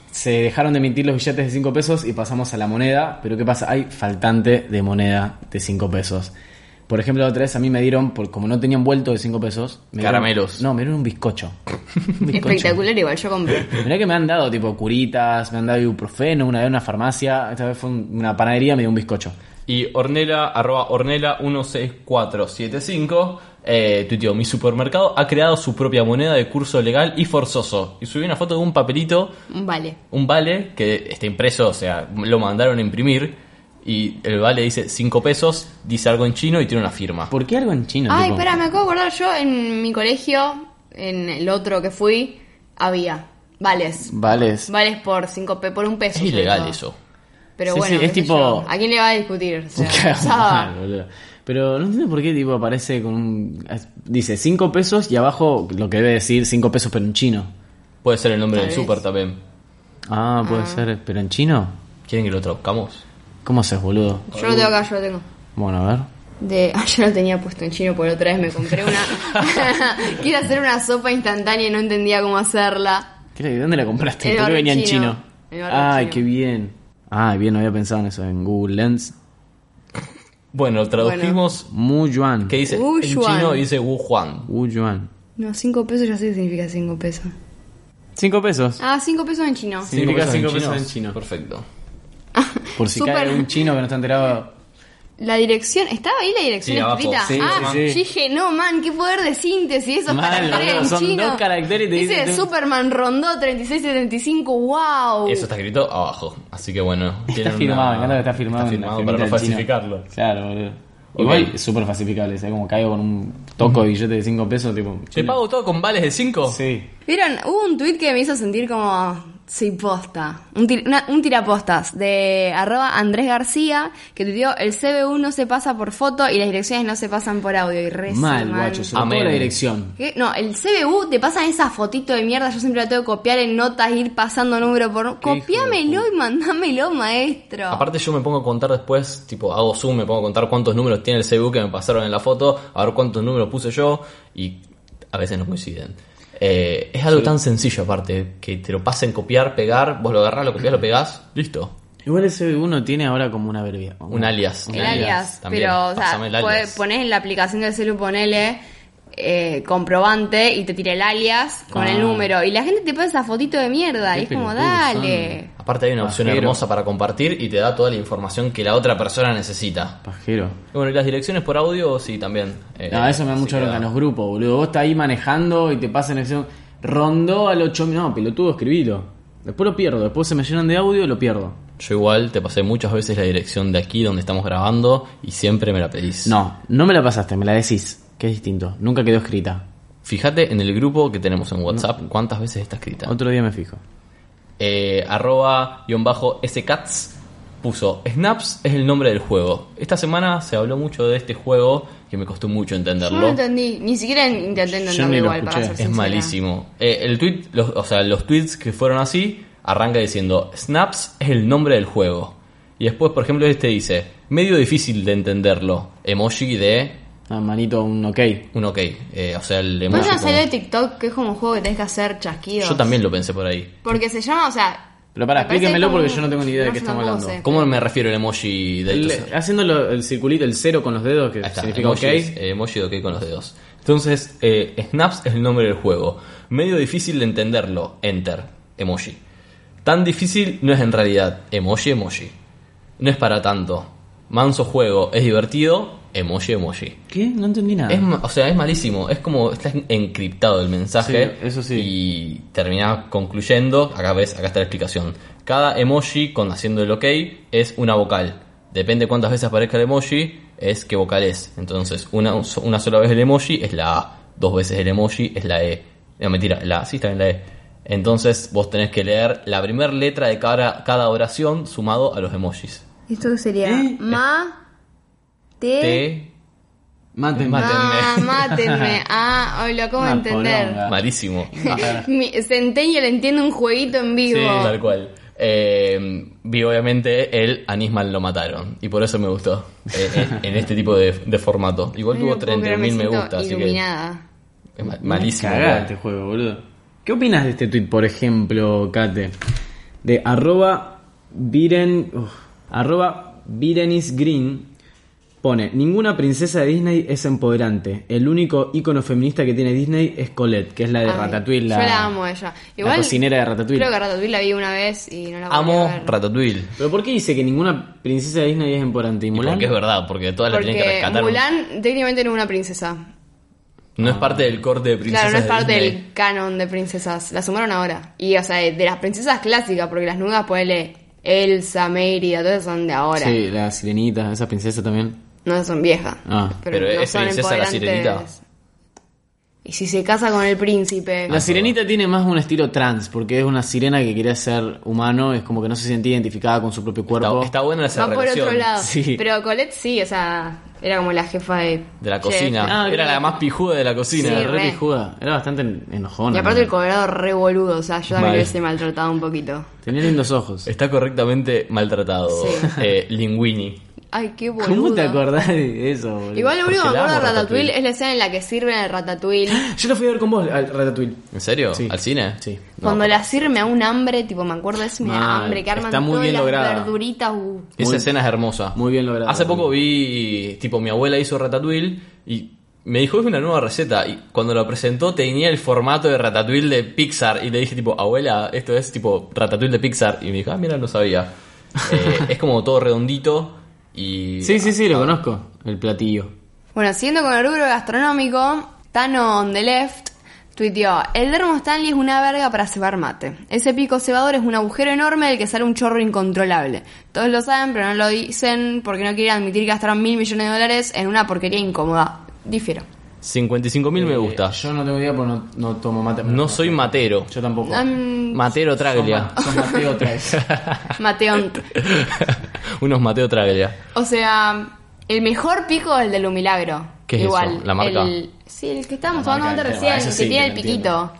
se dejaron de emitir los billetes de cinco pesos y pasamos a la moneda. Pero ¿qué pasa? Hay faltante de moneda de cinco pesos. Por ejemplo, la otra vez a mí me dieron, por, como no tenían vuelto de cinco pesos... Me Caramelos. Dieron, no, me dieron un bizcocho. Un bizcocho. Espectacular, igual, yo compré. Mirá que me han dado tipo curitas, me han dado ibuprofeno, una vez en una farmacia, esta vez fue un- una panadería, me dio un bizcocho. Y Ornella, arroba Ornella uno seis cuatro siete cinco, eh, tuiteó, mi supermercado ha creado su propia moneda de curso legal y forzoso. Y subió una foto de un papelito, Vale. un vale, que está impreso, o sea, lo mandaron a imprimir. Y el vale dice cinco pesos, dice algo en chino y tiene una firma. ¿Por qué algo en chino? Ay, tipo? espera, me acabo de acordar, yo en mi colegio, en el otro que fui, había vales. Vales. Vales por cinco pe por un peso. Es sobre ilegal todo. eso. Pero Sí, bueno, sí, es qué sé tipo- yo, ¿a quién le va a discutir? O sea, Claro, usaba. mal, boludo. Pero no entiendo por qué tipo aparece con un... Dice cinco pesos y abajo lo que debe decir cinco pesos pero en chino. Puede ser el nombre Tal del vez. super también. Ah, puede ser, pero en chino. ¿Quieren que lo traduzcamos? ¿Cómo haces, boludo? Yo lo tengo acá, yo lo tengo. Bueno, a ver. De, ah, yo lo tenía puesto en chino porque otra vez me compré una. Quiero hacer una sopa instantánea y no entendía cómo hacerla. ¿Qué, ¿De dónde la compraste? El ¿Por qué barrio venía en chino. chino? El barrio Ay, chino. qué bien. Ay, bien, no había pensado en eso, en Google Lens. Bueno, tradujimos. Mu Yuan. ¿Qué dice? Wu En Yuan. chino dice Wu Juan. Wu Yuan. No, cinco pesos ya sé qué significa cinco pesos. Cinco pesos. Ah, cinco pesos en chino. Sí. Significa cinco chino? pesos en chino. Perfecto. Por si Súper. cae un chino que no está enterado. La dirección, ¿estaba ahí la dirección Sí, abajo. escrita? Sí, ah, sí, sí. yo dije, no, man, qué poder de síntesis, esos Mal, caracteres boludo, en son chino. dos caracteres y te Dice dice- Superman rondó treinta y seis setenta y cinco, wow. Eso está escrito abajo. Así que bueno. Está tienen firmado, una- me encanta que está firmado. Está en la firmado para no firmita del chino. falsificarlo. Claro, boludo. Ok. Igual es súper falsificable, ¿sabes? Como caigo con un toco de billete de cinco pesos, tipo... ¿Te pago todo con vales de cinco? Sí. ¿Vieron? Hubo un tweet que me hizo sentir como... Sí, posta. Un, tir- una- un tirapostas de arroba Andrés García que tuiteó el C B U no se pasa por foto y las direcciones no se pasan por audio. Y re Mal, sí, man. guacho, sobre Amén. todo la dirección. ¿Qué? No, el C B U te pasan esa fotito de mierda, yo siempre la tengo que copiar en notas, ir pasando número por... Qué hijo de Copiámelo puta. y mandámelo, maestro. Aparte yo me pongo a contar después, tipo hago zoom, me pongo a contar cuántos números tiene el C B U que me pasaron en la foto, a ver cuántos números puse yo y a veces no coinciden. Eh, es algo tan sencillo aparte, que te lo pasen copiar, pegar, vos lo agarrás, lo copias, lo pegás, listo. Igual ese uno tiene ahora como una verbia. Un alias. Un el alias, también, pero, o sea, pásame el puede- alias. ponés en la aplicación del celu, ponele eh, comprobante y te tira el alias con Ah. el número. Y la gente te pone esa fotito de mierda. Qué Y es como, pelotudos dale. Aparte hay una opción Pajero. hermosa para compartir y te da toda la información que la otra persona necesita. Pajero. Y bueno, y las direcciones por audio, sí, también. eh, No, eso me da sí mucha queda. bronca en los grupos, boludo. Vos estás ahí manejando y te pasan eso. Rondó al ocho mil. No, pelotudo, escribilo. Después lo pierdo. Después se me llenan de audio y lo pierdo. Yo igual te pasé muchas veces la dirección de aquí donde estamos grabando y siempre me la pedís. No, no me la pasaste, me la decís. Que es distinto. Nunca quedó escrita. Fíjate en el grupo que tenemos en WhatsApp cuántas veces está escrita. Otro día me fijo. Eh, arroba guión bajo scats puso Snaps es el nombre del juego. Esta semana se habló mucho de este juego que me costó mucho Yo entenderlo. no entendí. Ni siquiera intenté Yo entenderlo ni lo igual, para escuché. ser Es sincera. malísimo. Eh, el tweet, los, o sea, los tweets que fueron así, arranca diciendo Snaps es el nombre del juego. Y después, por ejemplo, este dice medio difícil de entenderlo. Emoji de Ah, manito, un ok. un ok. Eh, o sea, el ¿No emoji. te como- salió de TikTok que es como un juego que tenés que hacer chasquidos? Yo también lo pensé por ahí. Porque se llama, o sea... Pero pará, me parece explíquemelo como- porque yo no tengo ni idea de no, qué yo estamos tampoco hablando. sé. ¿Cómo me refiero el emoji de El- estos- haciéndolo el circulito, el cero con los dedos, que Ahí está, significa ok. emojis, eh, emoji de ok con los dedos. Entonces, eh, Snaps es el nombre del juego. Medio difícil de entenderlo. Enter. Emoji. Tan difícil no es en realidad. Emoji, emoji. No es para tanto. Manso juego. Es divertido. Emoji, emoji. ¿Qué? No entendí nada. Es, ma- o sea, es malísimo. Es como está encriptado el mensaje. Sí, eso sí. Y termina concluyendo. Acá ves, acá está la explicación. Cada emoji con haciendo el ok es una vocal. Depende cuántas veces aparezca el emoji, es qué vocal es. Entonces, una, una sola vez el emoji es la A. Dos veces el emoji es la E. No, mentira, la sí está en la E. Entonces, vos tenés que leer la primera letra de cada, cada oración sumado a los emojis. ¿Esto sería? ¿Eh? Ma... Te... T. Mátenme. Ah, mátenme. Ah, hoy lo acabo de Una entender. poronga. Malísimo. Mi Centennial entiende un jueguito en vivo. Sí, tal cual. Eh, vi obviamente el Anisman lo mataron y por eso me gustó eh, en, en este tipo de, de formato. Igual No tuvo lo puedo treinta creer, mil me siento gusta, así que iluminada. es ma- malísimo. Cagá igual. este juego, boludo. ¿Qué opinas de este tweet, por ejemplo, Kate? de arroba Viren, uf, arroba Virenis Green. Pone, ninguna princesa de Disney es empoderante. El único ícono feminista que tiene Disney es Colette, que es la de Ay, Ratatouille. La, yo la amo a ella. Igual, la cocinera de Ratatouille. Creo que Ratatouille la vi una vez y no la volví Amo a ver. Ratatouille. ¿Pero por qué dice que ninguna princesa de Disney es empoderante? ¿Y Y Mulan? porque es verdad, porque todas la tienen que Porque rescatar. Mulan técnicamente no es una princesa. No es parte del corte de princesas. Claro, no es de parte Disney. del canon de princesas. La sumaron ahora. Y, o sea, de, de las princesas clásicas, porque las nuevas, ponele Elsa, Mérida, todas son de ahora. Sí, la sirenita, esa princesa también. No son viejas. Ah. Pero no es son princesa la empoderantes. sirenita. Y si se casa con el príncipe. La sirenita tiene más un estilo trans, porque es una sirena que quería ser humano, es como que no se sentía identificada con su propio cuerpo. Está, está buena esa Va por relación otro lado. Sí. Pero Colette sí, o sea, era como la jefa de. de la chef. cocina. Ah, Era claro. la más pijuda de la cocina. Sí, Era re re. pijuda, era bastante en- enojona. Y aparte ¿no? el cobrador re boludo, o sea, yo también Vale. lo hubiese maltratado un poquito. Tenía lindos ojos. Está correctamente maltratado. Sí. Eh, Linguini. Ay, qué boludo. ¿Cómo te acordás de eso, boludo? Igual lo único que Porque me la acuerdo de amo, Ratatouille Ratatouille. es la escena en la que sirven el Ratatouille. Yo lo fui a ver con vos al Ratatouille. ¿En serio? Sí. ¿Al cine? Sí. No, Cuando pero- la sirve me da un hambre, tipo, me acuerdo de eso, me da Mal. hambre, que arman Está muy todas bien las lograda. verduritas. Uh. Esa Muy- escena es hermosa. Muy bien lograda. Hace poco vi, tipo, mi abuela hizo Ratatouille y me dijo, es una nueva receta. Y cuando lo presentó tenía el formato de Ratatouille de Pixar. Y le dije, tipo, abuela, esto es, tipo, Ratatouille de Pixar. Y me dijo, ah, mira, no sabía. Eh, es como todo redondito y... Sí, sí, sí, lo conozco, el platillo. Bueno, siguiendo con el rubro gastronómico, Tano on the left tuiteó: el Dermo Stanley es una verga para cebar mate. Ese pico cebador es un agujero enorme del que sale un chorro incontrolable. Todos lo saben, pero no lo dicen porque no quieren admitir que gastaron mil millones de dólares en una porquería incómoda. Difiero. cincuenta y cinco mil me gusta. Eh, yo no tengo idea porque no, no tomo mate. No soy matero. Yo tampoco. Um, Matero Traglia. Son Mateo tres. Mateón. Unos Mateo Traglia. O sea, el mejor pico es el de Lo Milagro. ¿Qué es Igual, eso? ¿La marca? El, sí, el que estábamos La tomando marca, antes pero recién, eso que sí, tiene que el lo piquito.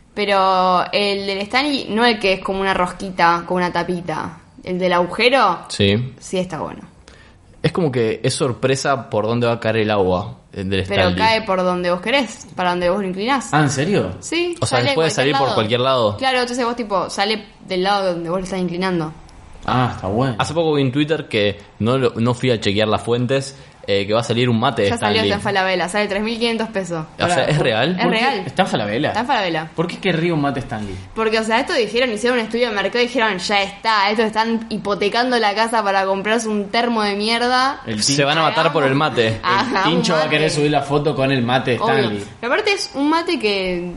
Pero el del Stanley, no el que es como una rosquita con una tapita. El del agujero, Sí. sí está bueno. Es como que es sorpresa por dónde va a caer el agua eh, del Pero Stanley. cae por donde vos querés, para donde vos lo inclinás. Ah, ¿en serio? Sí, O sea, sale de puede cualquier salir por lado. cualquier lado. Claro, entonces vos tipo, sale del lado donde vos lo estás inclinando. Ah, está bueno. Hace poco vi en Twitter que no, lo- no fui a chequear las fuentes, eh, que va a salir un mate de Ya salió Stanley. esta en Falabella, sale tres mil quinientos pesos. O sea, ¿es real? Es ¿Por qué? real. ¿Está en Falabella? Está en Falabella. ¿Por qué querría un mate Stanley? Porque, o sea, esto dijeron, hicieron un estudio de mercado y dijeron, ya está, estos están hipotecando la casa para comprarse un termo de mierda. El Se van a matar por el mate. El Ajá, un Tincho va a mate. querer subir la foto con el mate de Obvio. Stanley. Pero aparte es un mate que...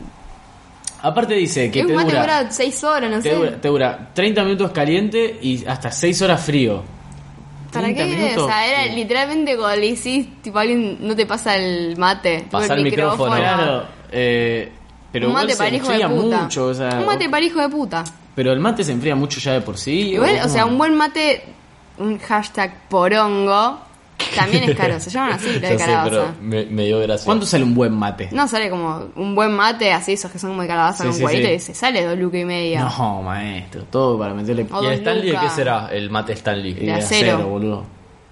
Aparte dice que es te un mate que dura, dura seis horas, no te, sé. dura, te dura treinta minutos caliente y hasta seis horas frío. ¿Para treinta qué? minutos. O sea, era literalmente cuando le hicís, tipo, alguien no te pasa el mate. tipo, Pasa el micrófono. Claro, eh, pero un igual mate se para hijo de enfría puta. mucho. O sea, un mate para hijo de puta. Pero el mate se enfría mucho ya de por sí. Igual, o ¿cómo? sea, un buen mate, un hashtag porongo, también es caro. Se llaman así, los Ya de sé, calabaza. pero me, me dio gracia. ¿Cuánto sale un buen mate? No, sale como un buen mate, así esos que son como de calabaza Sí, con sí, cuadrito sí. y se sale dos lucas y media. No, maestro, todo para meterle O ¿Y el dos Stanley de qué lucas. será? El mate Stanley. de acero. boludo.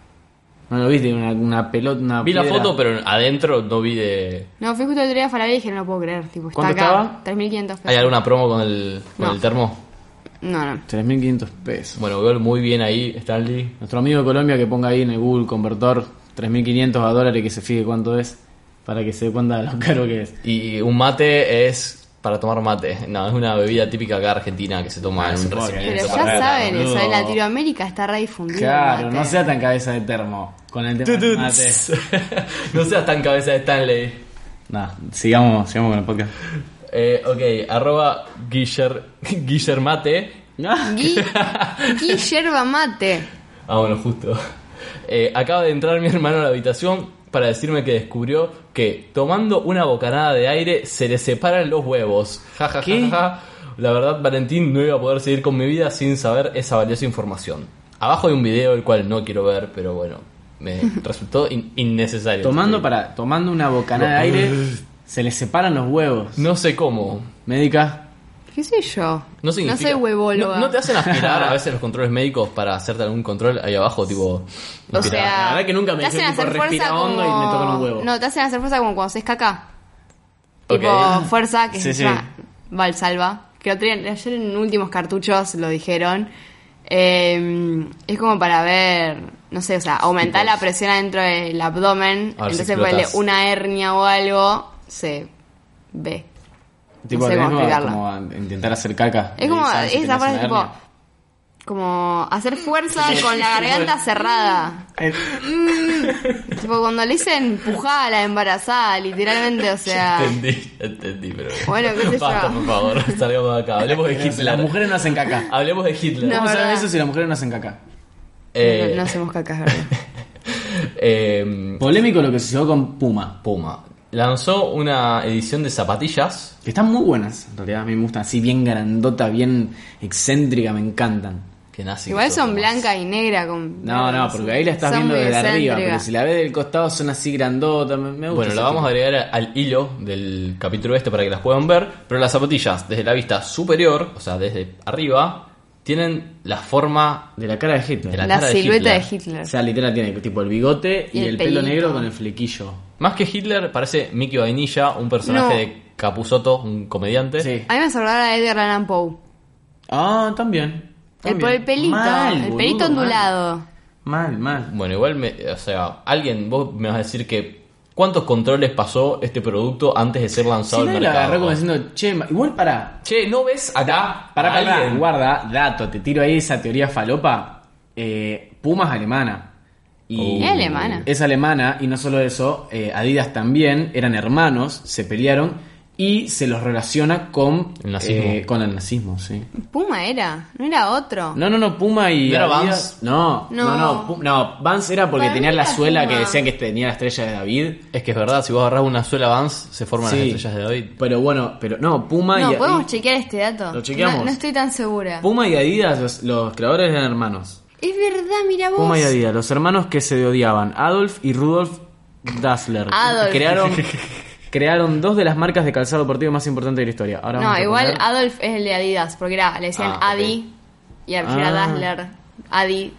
¿No lo viste? Una, una pelota, una Vi la piedra. foto, pero adentro no vi de... No, fui justo el otro día a Falabella y dije, no lo puedo creer. Tipo, está ¿Cuánto acá. estaba? tres mil quinientos pesos. ¿Hay alguna promo con el, con No. el termo? No, no. tres mil quinientos pesos. Bueno, veo muy bien ahí, Stanley. Nuestro amigo de Colombia que ponga ahí en el Google Convertor tres mil quinientos a dólares, que se fije cuánto es, para que se dé cuenta de lo caro que es. Y un mate es para tomar mate. No, es una bebida típica acá argentina que se toma Ah, en un supongo que recipiente. Pero Eso ya para saben boludo. eso, en Latinoamérica está re difundido. el Claro, mate. no sea tan cabeza de termo con el tema del mate. No seas tan cabeza de Stanley. Nah, sigamos, sigamos con el podcast. Eh, ok, arroba Guiller, Guillermate. Gui, Gui yerba mate. Ah, bueno, justo. Eh, acaba de entrar mi hermano a la habitación para decirme que descubrió que tomando una bocanada de aire se le separan los huevos. Ja, ja, ja, ¿Qué? ja, ja. La verdad, Valentín, no iba a poder seguir con mi vida sin saber esa valiosa información. Abajo hay un video el cual no quiero ver, pero bueno, me resultó in- innecesario. Tomando para tomando una bocanada de aire, se le separan los huevos. No sé cómo. Médica, ¿Qué sé yo? No significa. soy huevóloga. ¿No, no te hacen aspirar a veces los controles médicos para hacerte algún control ahí abajo, tipo. O aspirar? sea, La verdad que nunca me te hacen dijeron, tipo, hacer fuerza respira hondo como... y me tocan un huevo. No, te hacen hacer fuerza como cuando haces caca. Ok. Tipo, fuerza, que Sí, se sí. llama Valsalva. que otro día, ayer en últimos cartuchos lo dijeron. Eh, es como para ver, no sé, o sea, aumentar Tipos. la presión adentro del abdomen. A ver si Entonces, ponele explotas. una hernia o algo, se ve. Tipo, sé tenés cómo como, explicarlo. como a intentar hacer caca. Es como, Y sabes si esa tenés frase una tipo, hernia. como hacer fuerza con la garganta cerrada. Eh, Tipo, cuando le dicen pujá a la embarazada, literalmente, o sea. Entendí, entendí, pero... Bueno, qué sé yo. Basta, por favor, salgamos de acá. Hablemos de Las Hitler. mujeres no hacen caca. Hablemos de Hitler. No. ¿Cómo saben verdad. eso si las mujeres no hacen caca? Eh, No, no hacemos cacas, ¿verdad? eh, Polémico lo que sucedió con Puma. Puma lanzó una edición de zapatillas. Que están muy buenas, en realidad. A mí me gustan así, bien grandota, bien excéntrica, me encantan. Que nazi Igual que son sos, blanca y negra con... No, no, porque ahí la estás Son viendo muy desde arriba. excéntricas. Pero si la ves del costado son así grandotas. Me, me gusta. Bueno, ese la vamos a tipo. agregar al hilo del capítulo este para que las puedan ver. Pero las zapatillas, desde la vista superior, o sea, desde arriba, tienen la forma De la cara de Hitler. de la, La cara silueta de de Hitler. Hitler. O sea, literal tiene tipo el bigote y, Y el, el pelo pelito. negro con el flequillo. Más que Hitler, parece Mickey Vainilla, un personaje No. de Capusotto, un comediante. Sí. A mí me hace acordar a Edgar Allan Poe. Ah, también. El, también. el pelito, Mal, el boludo, pelito mal. ondulado. Mal, mal. Bueno, igual, me, o sea, alguien, vos me vas a decir que ¿cuántos controles pasó este producto antes de ser Si lanzado no al la mercado? agarró como diciendo, che, ma- igual para. Che, ¿no ves acá? Para, a para, alguien? guarda, dato, te tiro ahí esa teoría falopa. Eh, Puma es alemana. Y Es alemana. Es alemana, y no solo eso, eh, Adidas también, eran hermanos, se pelearon y se los relaciona con El nazismo. eh, con el nazismo, sí. Puma era, no era otro. No, no, no, Puma y ¿No era Adidas. No, no, No. no, Pu- no, Vans era porque Para tenía mí la era suela Puma. que decían que tenía la estrella de David. Es que es verdad, si vos agarrás una suela Vans, se forman las Sí. estrellas de David. Pero bueno, pero no, Puma No, y podemos y- chequear este dato. Lo chequeamos. No, no estoy tan segura. Puma y Adidas, los, los creadores eran hermanos. Es verdad, mira vos. Puma y Adidas, los hermanos que se odiaban, Adolf y Rudolf Dassler. Adolf. Crearon, crearon dos de las marcas de calzado deportivo más importantes de la historia. Ahora No, vamos a igual poner- Adolf es el de Adidas, porque era, le decían Ah, ok. Adi y al final Ah. era Dassler. Adi,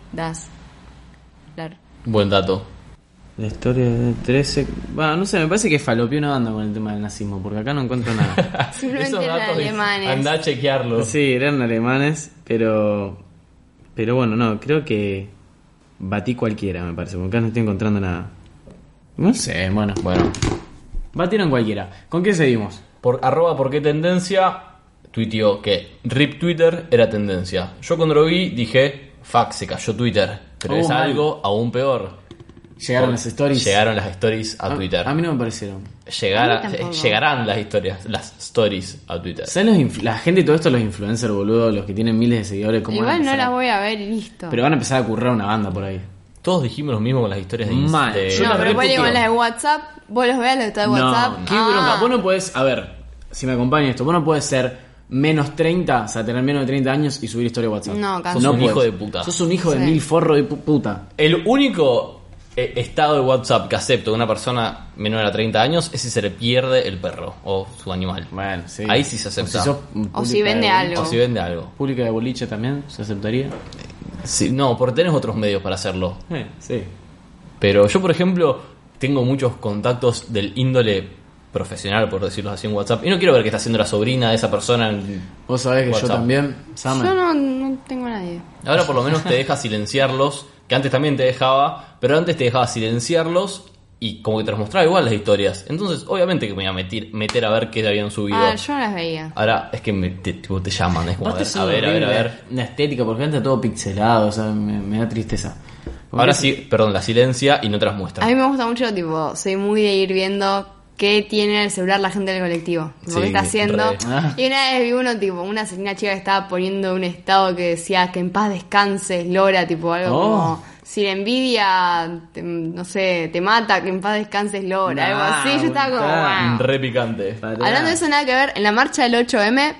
Dassler. Buen dato. La historia de trece... Bueno, no sé, me parece que falopió una banda con el tema del nazismo, porque acá no encuentro nada. Simplemente Esos eran datos, alemanes. andá a chequearlo. Sí, eran alemanes, pero... Pero bueno, no, creo que batí cualquiera, me parece, porque acá no estoy encontrando nada. No sé, bueno. Bueno, Batieron cualquiera. ¿Con qué seguimos? por arroba por qué tendencia, tuiteó que RIP Twitter era tendencia. Yo cuando lo vi dije, fuck, se cayó Twitter. Pero Oh, es mal. algo aún peor. Llegaron las stories. Llegaron las stories a A- Twitter. A mí no me parecieron. Llegar A a- mí tampoco. llegarán las historias, las stories a Twitter. ¿Saben los inf- la gente y todo esto, los influencers, boludo, los que tienen miles de seguidores? ¿cómo van a Igual no empezar la a- voy a ver y listo. Pero van a empezar a currar una banda por ahí. Todos dijimos lo mismo con las historias de Insta. Mal. de- Yo no, las pero ponle reputeo. con las de WhatsApp, vos los veas los de WhatsApp. No, qué Ah. bronca. Vos no podés, a ver, si me acompaña esto, vos no podés ser menos treinta, o sea, tener menos de treinta años y subir historia de WhatsApp. No, Sos no un podés. hijo de puta. Sos un hijo de Sí. mil forro de pu- puta. El único eh, estado de WhatsApp que acepto de una persona menor a treinta años es si se le pierde el perro o su animal. Bueno, sí. Ahí sí se O si, acepta. sos O si pública vende de- algo. O si vende algo. Pública de boliche también, ¿se aceptaría? Sí, no, porque tenés otros medios para hacerlo. Eh, sí. Pero yo, por ejemplo, tengo muchos contactos del índole profesional, por decirlo así, en WhatsApp. Y no quiero ver qué está haciendo la sobrina de esa persona. en- Vos sabés que WhatsApp. yo también, Summer. Yo no, no tengo a nadie. Ahora por lo menos te deja silenciarlos, que antes también te dejaba, pero antes te dejaba silenciarlos y como que te los mostraba igual las historias. Entonces, obviamente que me iba a meter, meter a ver qué habían subido. Ah, yo no las veía. Ahora es que me, te, tipo, te llaman, es como a Aparte ver, son a ver, a ver, a horribles, ver. La estética, porque antes todo pixelado, o sea, me, me da tristeza. Porque Ahora es- sí, perdón, la silencia y no te las muestra. A mí me gusta mucho, tipo, soy muy de ir viendo qué tiene en el celular la gente del colectivo. Tipo, Sí, qué está haciendo. re. Ah. Y una vez vi uno, tipo, una, una chica que estaba poniendo un estado que decía que en paz descanses, Lora, tipo, algo Oh. como, si la envidia, te- no sé, te mata, que en paz descanses, Lora, algo Nah, así. Yo estaba como, brutal. wow. Re picante. Pará. Hablando de eso, nada que ver, en la marcha del ocho eme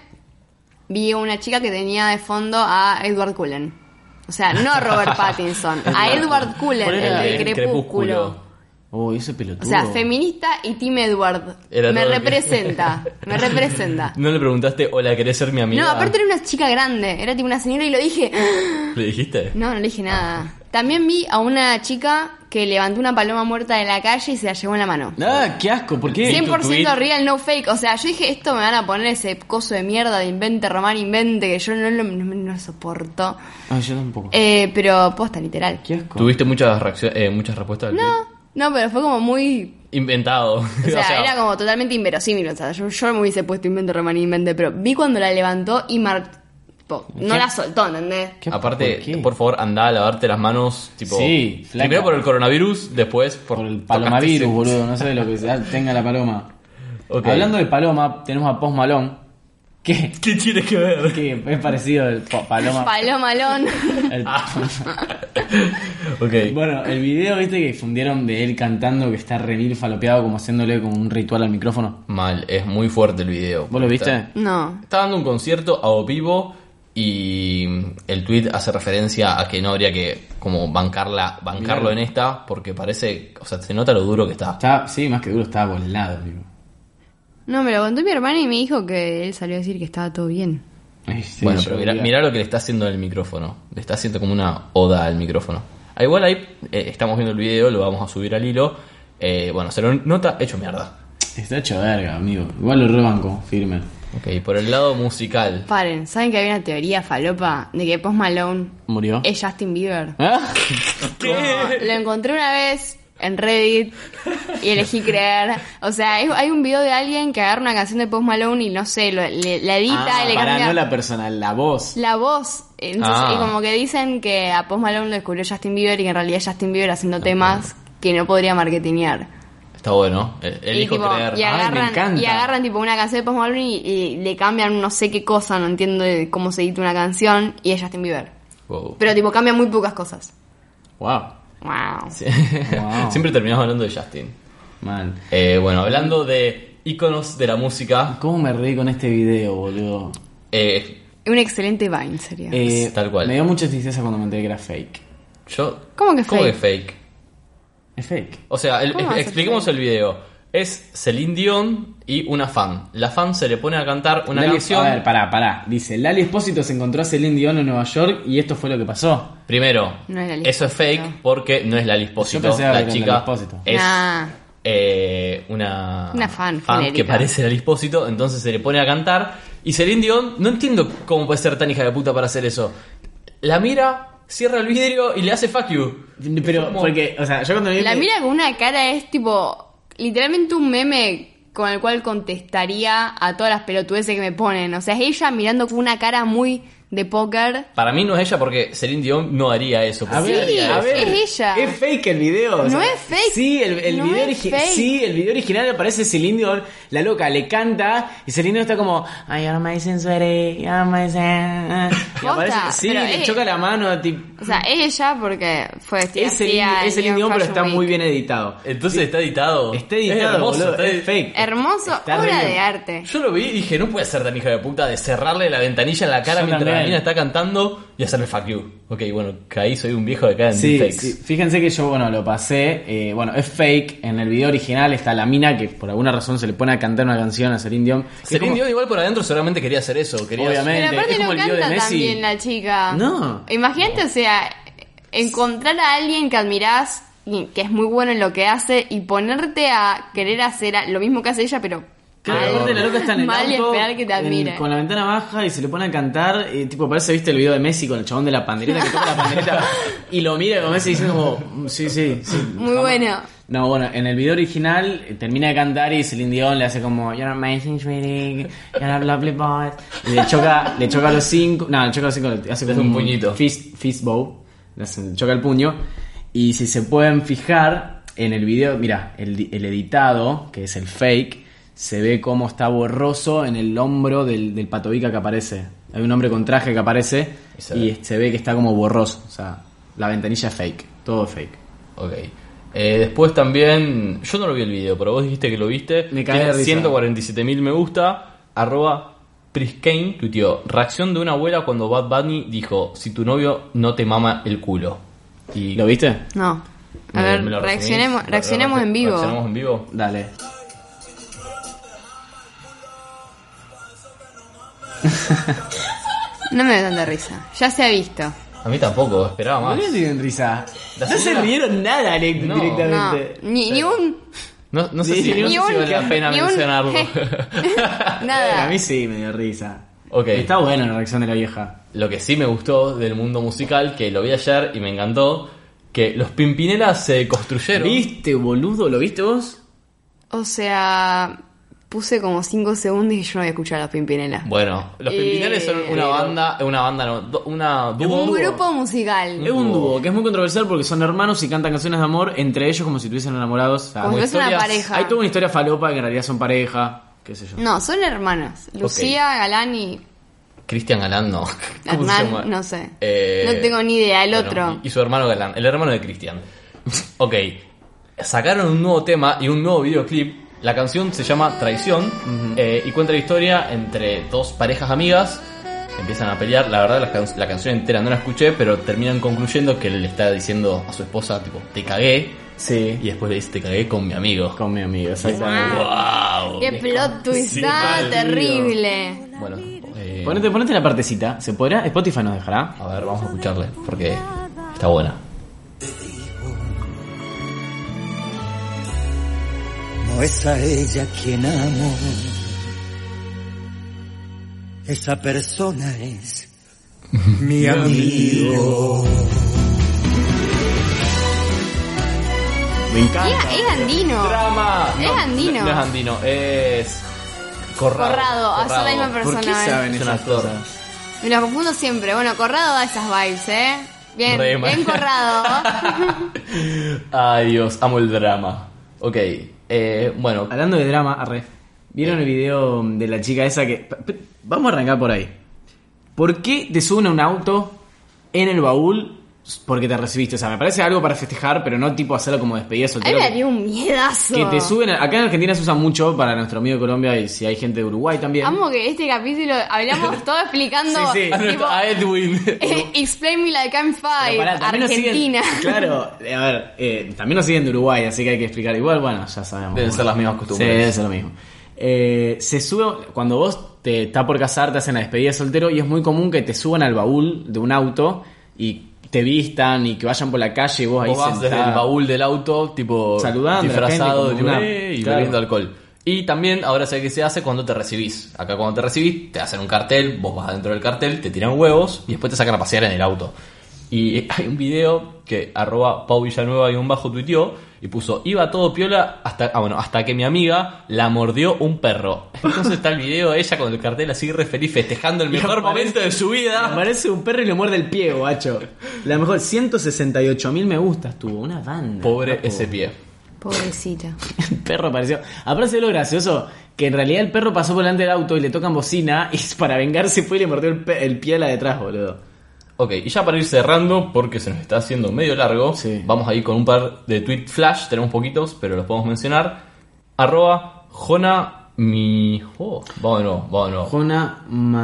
vi una chica que tenía de fondo a Edward Cullen. O sea, no a Robert Pattinson, a Edward Cullen, ¿Cuál el era? de El Crepúsculo. Oh, ese pelotudo. O sea, feminista y Team Edward. Era me todo lo que- representa, me representa. No le preguntaste, hola, ¿querés ser mi amiga? No, aparte era una chica grande, era tipo una señora y lo dije. ¿Le dijiste? No, no le dije nada. También vi a una chica que levantó una paloma muerta de la calle y se la llevó en la mano. Ah, qué asco, ¿por qué? cien por ciento tweet? real, no fake. O sea, yo dije, esto me van a poner ese coso de mierda de invente, Román invente, que yo no lo, no, no lo soporto. Ah, yo tampoco. Eh, pero posta, literal. Qué asco. ¿Tuviste muchas reacciones, eh, muchas respuestas al No, tweet? no, pero fue como muy... Inventado. O sea, era como totalmente inverosímil. O sea, yo, yo me hubiese puesto invente, Román invente, pero vi cuando la levantó y mar... tipo, no ¿Qué? la soltó, ¿entendés? ¿Qué- Aparte, por qué? por favor, andá a lavarte las manos, tipo... Sí, flaca. primero por el coronavirus, después por... Por el tocaste palomavirus, ese- boludo, no sé lo que sea, tenga la paloma. Ok. Hablando de paloma, tenemos a Post Malone, que, ¿Qué tiene que ver? que es parecido al po- paloma. Palomalón. el- Ok. Bueno, el video, viste, que difundieron de él cantando, que está re mil falopeado, como haciéndole como un ritual al micrófono. Mal, es muy fuerte el video. ¿Vos lo viste? Está, No. está dando un concierto a vivo y el tweet hace referencia a que no habría que como bancarla, bancarlo Mirá. en esta, porque parece, o sea, se nota lo duro que está. Está, sí, más que duro, estaba volado, digo. No, me lo contó mi hermana y me dijo que él salió a decir que estaba todo bien. Ay, sí, Bueno, yo pero mirá, veía- mirá lo que le está haciendo en el micrófono. Le está haciendo como una oda al micrófono. Ah, igual ahí eh, estamos viendo el video, lo vamos a subir al hilo. Eh, bueno, se lo nota hecho mierda. Está hecho verga, amigo. Igual lo rebanco, firme. Ok, por el lado musical. Paren, ¿saben que había una teoría falopa de que Post Malone ¿Murió? es Justin Bieber? ¿Ah? Lo encontré una vez en Reddit y elegí creer. O sea, es- hay un video de alguien que agarra una canción de Post Malone y no sé, lo, le, la edita Ah, y le para cambia no la persona, la voz. la voz. Entonces, Ah. y como que dicen que a Post Malone lo descubrió Justin Bieber y que en realidad es Justin Bieber haciendo temas que no podría marketinear. Está bueno. eh, Y, Elijo tipo, creer. y Ay, me agarran, encanta. y agarran tipo una canción de Post Malone y, y le cambian no sé qué cosa, no entiendo de cómo se edita una canción y es Justin Bieber. Wow. Pero tipo cambian muy pocas cosas. Wow. Wow. Sí. Wow. Siempre terminamos hablando de Justin. Mal. Eh, bueno, hablando de íconos de la música, ¿Cómo me reí con este video, boludo? eh, Un excelente Vine sería. Eh, Tal cual. Me dio mucha tristeza cuando me enteré que era fake. yo... ¿Cómo que ¿Cómo fake? que fake? Es fake. O sea, el- ¿Cómo va a ser expliquemos fake? el video. Es Celine Dion y una fan. La fan se le pone a cantar una Lali- canción. A ver, pará, pará. Dice, Lali Espósito se encontró a Celine Dion en Nueva York y esto fue lo que pasó. Primero, No es Lali eso es Espósito. fake porque no es Lali Espósito. Yo pensé que La era Lali chica Espósito. es Nah. eh, una, Una fan que genérica. parece Lali Espósito, entonces se le pone a cantar. Y Celine Dion, no entiendo cómo puede ser tan hija de puta para hacer eso. La mira, cierra el vidrio y le hace fuck you. Pero, ¿Cómo? porque, o sea, yo cuando vi La que- mira con una cara es tipo literalmente un meme con el cual contestaría a todas las pelotudeces que me ponen. O sea, es ella mirando con una cara muy de póker. Para mí no es ella porque Celine Dion no haría eso. A porque ver, Sí, haría a eso. ver, es ella. Es fake el video. o No sea, es fake. Sí, el, el No video es origi- fake. sí, el video original aparece Celine Dion, la loca, le canta y Celine Dion está como, ay, ahora me dicen suere, ahora me dicen... Y Posta, aparece, sí, pero le es- choca la mano, tipo... O sea, es ella porque fue vestida Es así Celine, al es Celine New Dion, pero Fashion está Week. muy bien editado. Entonces está editado. Está editado, Es hermoso, boludo, está es ed- fake. Hermoso, Está re obra bien. de arte. Yo lo vi y dije, no puede ser tan hija de puta de cerrarle la ventanilla en la cara Yo mientras la también. mina está cantando y hacerle fuck you. Ok, bueno, caí, soy un viejo de caen Sí, deepfakes. sí, fíjense que yo, bueno, lo pasé, eh, bueno, es fake, en el video original está la mina que por alguna razón se le pone a cantar una canción a Celine Dion. que es Celine como- Dion igual por adentro seguramente quería hacer eso. Quería Obviamente. Pero aparte es como no el video de canta Messi. también la chica. No. Imagínate, o sea, encontrar a alguien que admirás y que es muy bueno en lo que hace y ponerte a querer hacer a- lo mismo que hace ella, pero Claro, mal, aparte la loca está en el mal y auto, esperar que te en- admire. con la ventana baja y se le pone a cantar, y tipo parece, viste el video de Messi con el chabón de la pandereta que toca la pandereta y lo mira como Messi diciendo como, sí, sí, sí. Muy bueno. No, bueno, en el video original eh, termina de cantar y Celine Dion le hace como You're amazing, sweetie, you're a lovely boy. Y le choca, le choca a los cinco, no, le choca a los cinco, le hace Le hace como un puñito. Fist, fist bow, le hace- le choca el puño. Y si se pueden fijar en el video, mira, el, el editado, que es el fake, se ve cómo está borroso en el hombro del, del patobica que aparece. Hay un hombre con traje que aparece Y se y ve. se ve que está como borroso. O sea, la ventanilla es fake, todo es fake. Ok. Eh, después también, yo no lo vi el video, pero vos dijiste que lo viste. Me cagué de Tiene risa. ciento cuarenta y siete mil me gusta. Arroba Priskane tuiteó. Reacción de una abuela cuando Bad Bunny dijo: si tu novio no te mama el culo. Y ¿Lo viste? No. A ¿Me- ver, me lo resumís? reaccionemos, ¿Re- reaccionemos re- en vivo. Reaccionemos en vivo. Dale. No me da tanta risa. Ya se ha visto. A mí tampoco, esperaba ¿Por más. qué tienen risa? La No se segunda- rieron nada direct- No. No, directamente. ni, ni un... No, no sé Ni- si, no ni sé si un- vale la pena ni un- mencionarlo. Nada. A mí sí me dio risa. Ok. Está buena la reacción de la vieja. Lo que sí me gustó del mundo musical, que lo vi ayer y me encantó, que los Pimpinelas se construyeron. ¿Viste, boludo? ¿Lo viste vos? O sea, puse como cinco segundos y yo no había escuchado a los Pimpinela. Bueno, los Pimpinales son una Eh, banda, una banda no, do- una dúo. Un grupo musical. Es un dúo que es muy controversial porque son hermanos y cantan canciones de amor entre ellos como si estuviesen enamorados. O sea, Como si fuese una historias- pareja. hay toda una historia falopa que en realidad son pareja. ¿Qué sé yo? No, son hermanos. Lucía, Galán y Cristian Galán, no. ¿Cómo se Hernán, llama? no sé. Eh, No tengo ni idea, el bueno, otro. Y, y su hermano Galán, el hermano de Cristian. Ok, sacaron un nuevo tema y un nuevo videoclip. La canción se llama Traición eh, y cuenta la historia entre dos parejas amigas que empiezan a pelear. La verdad, la, can- la canción entera no la escuché, pero terminan concluyendo que él le está diciendo a su esposa, tipo, te cagué. Sí. Y después le dice, te cagué con mi amigo. Con mi amigo, exactamente. ¡Wow! Qué plot twist, Sí, ah, mal, terrible. Bueno, eh, Ponete, ponete la partecita. ¿Se podrá? Spotify nos dejará. a ver, vamos a escucharle porque está buena. No es a ella quien amo. Esa persona es mi amigo. Me encanta. Es, es andino. ¡Drama! Es andino. No es andino, es. Corrado. Corrado, ah, son la misma ¿Por persona. qué ¿eh? saben Es un esas actor. cosas? Me lo confundo siempre. Bueno, Corrado da esas vibes, ¿eh? Bien, Re mal. bien Corrado. Ay, Dios, amo el drama. Ok, eh, bueno. Hablando de drama, arre. ¿Vieron el video de la chica esa que... p- p- Vamos a arrancar por ahí. ¿Por qué te suben a un auto en el baúl porque te recibiste? O sea, me parece algo para festejar, pero no tipo hacerlo como despedida A mí soltero. me daría un miedazo. Que te suben... a- Acá en Argentina se usa mucho para nuestro amigo de Colombia y si hay gente de Uruguay también. Amo que este capítulo hablamos todo explicando. Sí, sí. A, nuestro- tipo, a Edwin. eh, explain me like I'm Pero five. pará, también nos siguen- Argentina. claro, eh, a ver, eh, también nos siguen de Uruguay, así que hay que explicar. Igual, bueno, ya sabemos. Deben Bueno. ser las mismas Sí, costumbres. debe ser lo mismo. Eh, se sube, cuando vos te está por casar, te hacen la despedida de soltero y es muy común que te suban al baúl de un auto y te vistan y que vayan por la calle y vos ahí Vos vas desde sentado. el baúl del auto, tipo Saludando a la disfrazado gente como tipo, una- eh, y claro. bebiendo alcohol. Y también ahora sé que se hace cuando te recibís. Acá cuando te recibís te hacen un cartel, vos vas adentro del cartel, te tiran huevos y después te sacan a pasear en el auto. Y hay un video que arroba Pau Villanueva y un bajo tuiteó y puso, iba todo piola hasta, ah, bueno, hasta que mi amiga la mordió un perro. Entonces está el video de ella con el cartel así re feliz festejando el Y mejor aparece- momento de su vida. Aparece un perro y le muerde el pie, guacho. La mejor, ciento sesenta y ocho mil me gustas tuvo, una banda. Pobre capo. ese pie. Pobrecita. El perro apareció. Aparte de lo gracioso, que en realidad el perro pasó por delante del auto y le tocan bocina y para vengarse fue y le mordió el, pe- el pie a la de atrás, boludo. Ok, y ya para ir cerrando, porque se nos está haciendo medio largo, Sí. vamos a ir con un par de tweet flash, tenemos poquitos, pero los podemos mencionar. Arroba Jona mi... Oh, vamos de nuevo, vamos de nuevo. Jona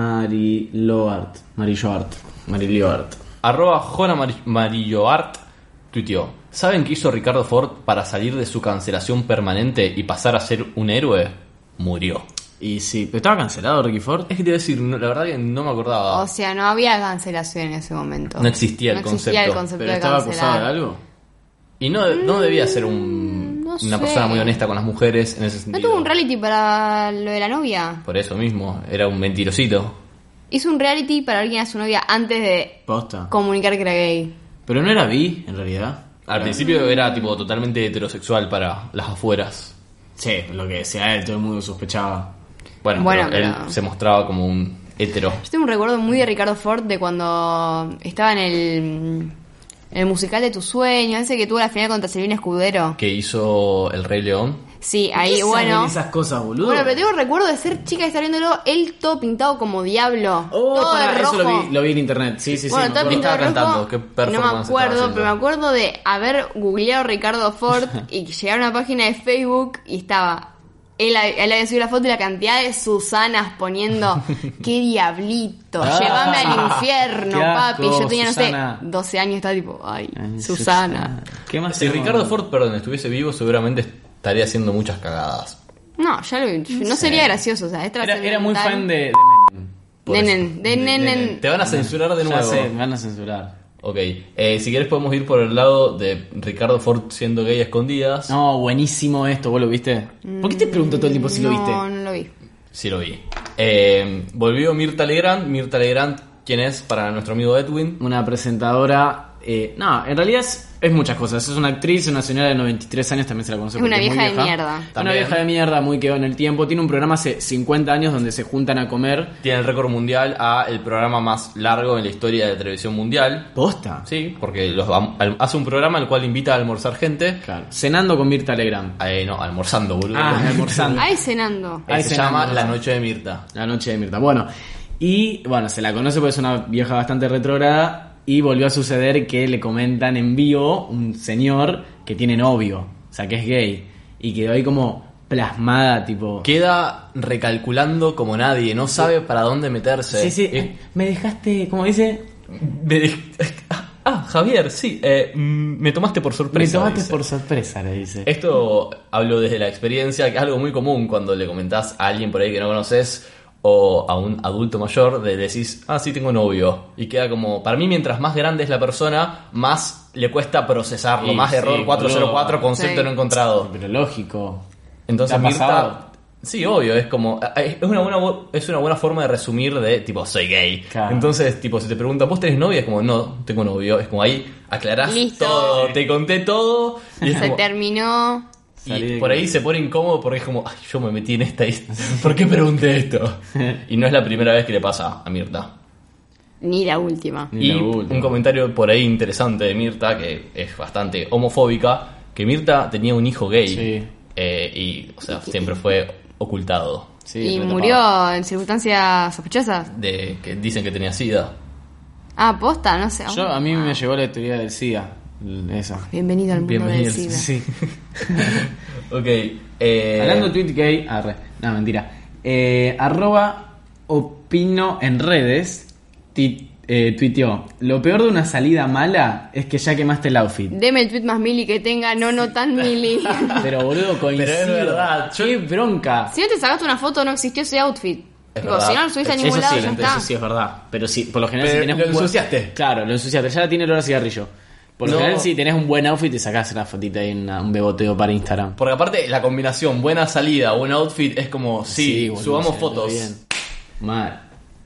Mariloart. Marilloart. Marilloart. Arroba Jona Mari- Marilloart tuiteó, ¿saben qué hizo Ricardo Ford para salir de su cancelación permanente y pasar a ser un héroe? Murió. Y sí, pero estaba cancelado Ricky Ford. Es que te iba a decir, no- la verdad que no me acordaba. O sea, no había cancelación en ese momento. No existía el No existía el concepto. concepto Pero de estaba cancelar. acusado de algo. Y no, no debía ser un, no una sé. persona muy honesta con las mujeres en ese ¿No sentido. tuvo un reality para lo de la novia? Por eso mismo, era un mentirosito. Hizo un reality para ver quién era su novia antes de Posta. comunicar que era gay. Pero no era bi, en realidad. Al principio era tipo totalmente heterosexual para las afueras. Sí, lo que decía él, todo el mundo sospechaba. Bueno, Bueno, pero él pero- se mostraba como un hetero. Yo tengo un recuerdo muy de Ricardo Ford de cuando estaba en el, en el musical de Tu Sueño, ese que tuvo la final contra Silvina Escudero. Que hizo El Rey León. Sí, ¿Qué ahí, saben bueno. esas cosas, boludo? Bueno, pero tengo un recuerdo de ser chica y estar viéndolo, él todo pintado como diablo. Oh, todo pará, de rojo. eso lo vi, lo vi en internet. Sí, sí, Bueno, sí. me todo acuerdo. pintado de Estaba rojo. cantando, ¿qué No me performance estaba acuerdo, haciendo? pero me acuerdo de haber googleado Ricardo Ford y llegar a una página de Facebook y estaba. Él, él había subido la foto y la cantidad de Susanas poniendo qué diablito, Ah, llévame al infierno, qué asco, papi. Yo tenía, Susana. no sé, doce años y estaba tipo, ay, Ay, Susana. ¿Qué más Si tenemos? Ricardo Ford, perdón, estuviese vivo, seguramente estaría haciendo muchas cagadas. No, ya lo no, sería gracioso, o sea, es Era, era muy trascendental. fan de, de Menem. Por eso. Nenen, de nenen. Te van a censurar de Ya nuevo. sé, me van a censurar. Ok, eh, si quieres podemos ir por el lado de Ricardo Ford siendo gay a escondidas. No, buenísimo esto, ¿vos lo viste? ¿Por qué te pregunto todo el tiempo si lo viste? No, no lo vi. Sí lo vi. Eh, volvió Mirta Legrand. Mirta Legrand, ¿quién es para nuestro amigo Edwin? Una presentadora... Eh, no, en realidad es, es muchas cosas. Es una actriz, una señora de noventa y tres años, también se la conoce. Es una porque vieja muy de mierda. Una También. vieja de mierda, muy quedó en el tiempo. Tiene un programa hace cincuenta años donde se juntan a comer. Tiene el récord mundial a el programa más largo en la historia de la televisión mundial. ¿Posta? Sí, porque los, al- hace un programa al cual invita a almorzar gente. Claro. Cenando con Mirta Legrand. Eh, no, almorzando, boludo. Ah, almorzando. Ay, cenando. Eh, Ahí se cenando. llama La Noche de Mirta. La noche de Mirta. Bueno, y bueno, se la conoce porque es una vieja bastante retrógrada. Y volvió a suceder que le comentan en vivo un señor que tiene novio, o sea, que es gay. Y quedó ahí como plasmada, tipo... Queda recalculando como nadie, no sabe para dónde meterse. Sí, sí, Eh, me dejaste, ¿cómo dice? me dej- Ah, Javier, sí, eh, mm, me tomaste por Me sorpresa. tomaste dice. por sorpresa, le dice. Esto hablo desde la experiencia, que es algo muy común cuando le comentás a alguien por ahí que no conoces o a un adulto mayor, de decís, ah, sí, tengo novio. Y queda como, para mí, mientras más grande es la persona, más le cuesta procesarlo, Sí, más sí, error cuatro cero cuatro, boludo. concepto Sí. no encontrado. Pero lógico. Entonces ¿Te ha pasado? Mirta, sí, obvio, es como es una buena es una buena forma de resumir de tipo soy gay. Claro. Entonces, tipo, si te preguntan, ¿vos tenés novia? Es como, no, tengo novio. Es como ahí aclarás Listo. todo, te conté todo y es Se como- terminó. y Salí de por ahí que- se pone incómodo porque es como, ay, yo me metí en esta y ¿por qué pregunté esto? Y no es la primera vez que le pasa a Mirta. Ni la última. Ni Y la última. un comentario por ahí interesante de Mirta, que es bastante homofóbica, que Mirta tenía un hijo gay. Sí. Eh, y, o sea, siempre fue ocultado. Sí, y retapado. murió en circunstancias sospechosas. De que dicen que tenía sida. Ah, posta, no sé. Yo, a mí me llegó la teoría del SIDA. Esa. Bienvenido al mundo Bienvenido, del SIDA. Sí. Ok. Eh, Hablando de tweet gay, arre, no, mentira. Eh, arroba opino en redes, ti- eh, tuiteó, lo peor de una salida mala es que ya quemaste el outfit. Deme el tweet más mili que tenga, no, no tan mili. Pero boludo, coincido. Pero es verdad, yo- Qué bronca. Si no te sacaste una foto, no existió ese outfit. Es Digo, verdad. si no lo subiste a Eso ningún Eso lado, sí, ya eso está. sí es verdad. Pero sí, por lo general Pero si tenés lo un buen- ensuciaste. Claro, lo ensuciaste. Ya tiene olor a cigarrillo. Por lo No. general si tenés un buen outfit te sacás una fotita y una- un beboteo para Instagram. Porque aparte la combinación buena salida, buen outfit es como, sí, boludo, subamos se ve fotos. bien. Mal.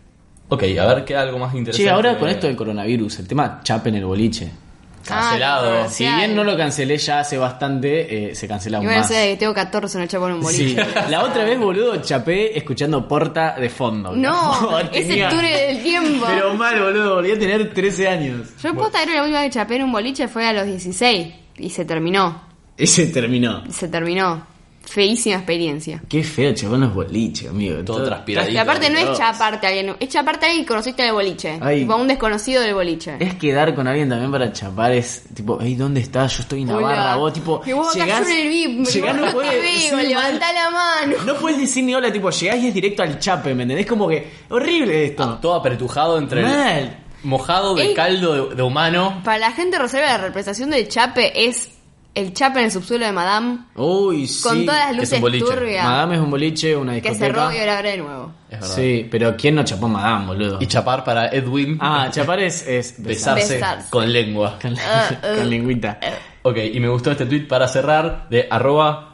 Ok, a ver qué algo más interesante. Che, ahora con esto del coronavirus, el tema chape en el boliche. Cancelado. Ah, Si bien no lo cancelé ya hace bastante, eh, se cancela aún Igual no más. sé, tengo catorce en el chapo en un boliche. Sí. La otra vez, boludo, chapé escuchando Porta de fondo. No, ese Tenía- túnel del tiempo. Pero mal, boludo, volví a tener trece años. Yo posta creo que la última vez que chapé en un boliche fue a los dieciséis. Y se terminó. Ese terminó. Se terminó. Feísima experiencia. Qué feo chapar en los boliches, amigo. Todo transpiradito. Y aparte no es Dios. chaparte a alguien, es chaparte a alguien que conociste en el boliche. Ay. Tipo a un desconocido del boliche. Es quedar con alguien también para chapar, es tipo, ey, ¿dónde estás? Yo estoy en Hola. Navarra, vos, tipo, Que vos acá llegás, yo en el V I P, llegás, vos no no podés, te veo, sí, levantá mal. la mano. No puedes decir ni hola, tipo, llegás y es directo al chape, ¿me entendés? Como que, horrible esto. Todo apretujado entre el Mal. mojado de Ey. caldo de, de humano. Para la gente reserva la representación del chape es el chape en el subsuelo de Madame. Uy, sí. Con todas las que es luces un boliche. turbias. Madame es un boliche, una Que discoteca. cerró y ahora abre de nuevo. Es verdad. Sí, pero ¿quién no chapó Madame, boludo? Y chapar para Edwin. Ah, chapar es, es besar. besarse, besarse. con lengua. Con, Ah, ah. con lengüita. Ok, y me gustó este tweet para cerrar de arroba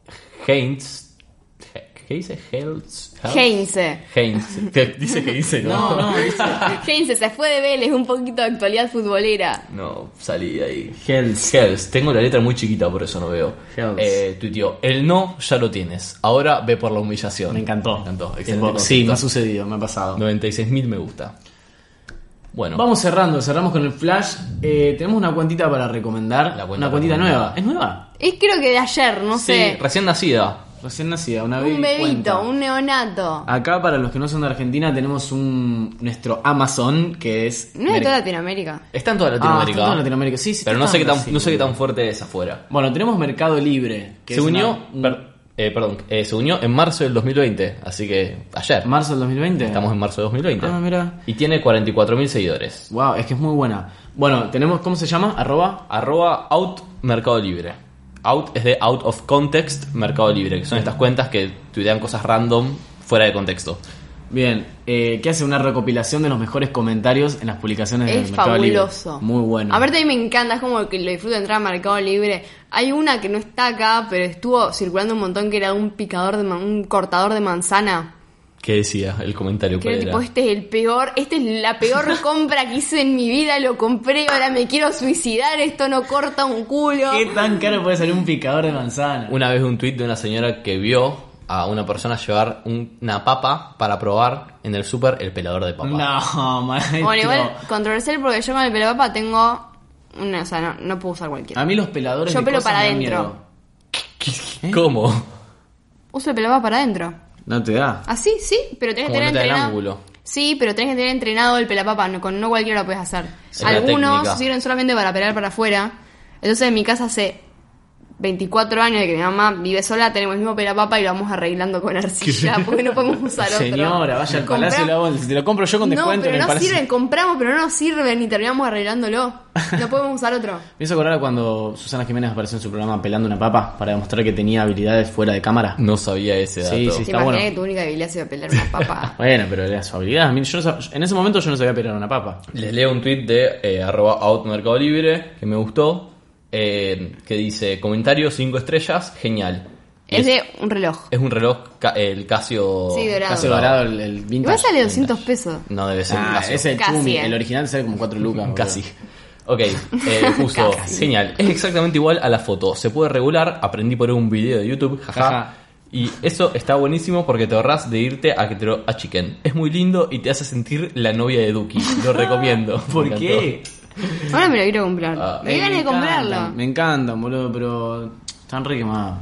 Heinz. ¿Qué dice? Heinz. Heinze. Heinz. ¿Qué dice que dice? No, no, dice Heinze se fue de Vélez, un poquito de actualidad futbolera. No, salí de ahí. Hells. Hells. Tengo la letra muy chiquita, por eso no veo. Hells. Eh, tuiteó, el no ya lo tienes. Ahora ve por la humillación. Me encantó. Me encantó. Tipo, Excelente. sí, concepto. me ha sucedido, me ha pasado. noventa y seis mil me gusta. Bueno. Vamos cerrando, cerramos con el flash. Eh, tenemos una cuentita para recomendar. La cuenta una cuentita recomendada. nueva. ¿Es nueva? Es creo que de ayer, no Sí, sé. recién nacida. Recién nacida, una Un baby bebito, cuenta. un neonato. Acá, para los que no son de Argentina, tenemos un nuestro Amazon, que es... No es de toda Latinoamérica. Está en toda Ah, Latinoamérica. está en toda Latinoamérica. Sí, sí, Pero está no sé, qué en tan, Brasil, no sé qué tan boludo. fuerte es afuera. Bueno, tenemos Mercado Libre. Que Se es unió, una- un- per- eh, perdón, eh, se unió en marzo del dos mil veinte. Así que ayer. ¿Marzo del dos mil veinte? Estamos en marzo de dos mil veinte. Ah, mira. Y tiene cuarenta y cuatro mil seguidores. Wow, es que es muy buena. Bueno, tenemos, ¿cómo se llama? Arroba. Arroba out Mercado Libre. Out es de out of context Mercado Libre, que son estas cuentas que tuitean cosas random fuera de contexto. Bien, eh, ¿qué hace? Una recopilación de los mejores comentarios en las publicaciones del Es Mercado Libre. fabuloso. Muy bueno. Aparte a mí me encanta, es como que lo disfruto de entrar a Mercado Libre. Hay una que no está acá, pero estuvo circulando un montón, que era un picador de man- un cortador de manzana. ¿Qué decía el comentario? Que ¿Cuál era era? tipo, este es el peor, esta es la peor compra que hice en mi vida, lo compré, ahora me quiero suicidar, esto no corta un culo. ¿Qué tan caro puede salir un picador de manzana? Una vez un tuit de una señora que vio a una persona llevar un- una papa para probar en el súper el pelador de papa. No, maestro. Bueno, igual controversial porque yo con el pelopapa tengo una, o sea, no, no puedo usar cualquiera. A mí los peladores Yo de pelo cosas para me dan adentro. miedo. ¿Cómo? Uso el pelopapa para adentro. No te da. Así, sí, pero tenés que Como tener no te da el entrenado. ángulo. Sí, pero tenés que tener entrenado el pelapapa, no, con no cualquiera lo puedes hacer. Es una Algunos técnica. sirven solamente para pelar para afuera. Entonces en mi casa hace veinticuatro años de que mi mamá vive sola, tenemos el mismo pelapapa y lo vamos arreglando con arcilla, porque no podemos usar otro. Señora, vaya al Compra- palacio y lo hago. Si te lo compro yo con No, descuento pero en el no palacio. sirven, compramos, pero no nos sirven y terminamos arreglándolo. No podemos usar otro. Me hizo acordar cuando Susana Jiménez apareció en su programa pelando una papa para demostrar que tenía habilidades fuera de cámara. No sabía ese dato. Sí, sí. ¿Te Está imaginas bueno. que tu única debilidad sea pelar una papa? Bueno, pero era su habilidad. A mí, yo no sab- en ese momento yo no sabía pelar una papa. Les leo un tweet de eh, arroba out Mercado Libre que me gustó, eh, que dice, comentario cinco estrellas, genial. Y Es de un reloj. es un reloj, ca- el Casio... Sí, dorado. Casi dorado el, el vintage. Igual sale doscientos pesos. No debe ser un Ah, Casio. es el Casi, Chumi. eh. El original sale como cuatro lucas. boludo. Casi. Ok, eh, puso, Casi. genial, es exactamente igual a la foto, se puede regular, aprendí por un video de YouTube, jaja. Jaja. Y eso está buenísimo porque te ahorras de irte a que te lo achiquen. Es muy lindo y te hace sentir la novia de Duki. Lo recomiendo. ¿Por Me qué? Ahora me lo quiero comprar. Ah, me dio ganas de encantan, comprarlo. Me encantan, boludo, pero están re quemados.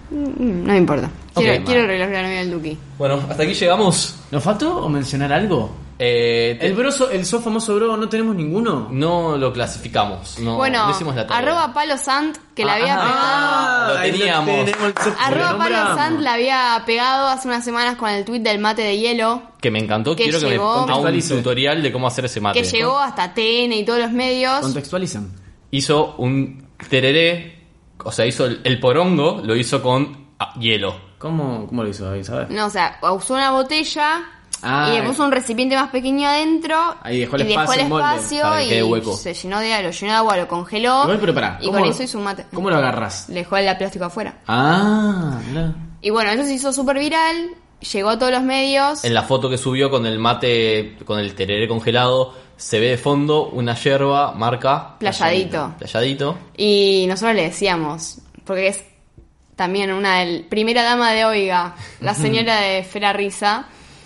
Mm, No me importa. Quiero, Ok, quiero mal. arreglar la novia del Duki. Bueno, hasta aquí llegamos. ¿Nos faltó o mencionar algo? Eh, te- El broso, el so famoso bro, ¿no tenemos ninguno? No lo clasificamos. No, bueno, no hicimos la tarea. arroba palo sant, que la Ah, había ah, pegado. lo ahí teníamos. tenemos, el so- Arroba lo palo nombramos. sant la había pegado hace unas semanas con el tweet del mate de hielo. Que me encantó. que Quiero que me llegó- ponga un Contextualice. tutorial de cómo hacer ese mate. Que llegó hasta T N y todos los medios. Contextualizan. Hizo un tereré. O sea, hizo el, el porongo, lo hizo con ah, hielo. ¿Cómo, ¿Cómo lo hizo David, sabes? No, o sea, usó una botella Ah, y le puso un recipiente más pequeño adentro. Ahí dejó el y dejó el espacio, el molde, espacio para que quede y hueco. se llenó de agua, lo llenó de agua, lo congeló. Igual, pero pará. y ¿cómo- con eso hizo un mate. ¿Cómo lo agarras? Le dejó el plástico afuera. Ah, mirá. Y bueno, eso se hizo súper viral. Llegó a todos los medios. En la foto que subió con el mate, con el tereré congelado, se ve de fondo una yerba marca Playadito. Playadito. Y nosotros le decíamos, porque es también una del, primera dama de Oiga, la señora de Fera Risa,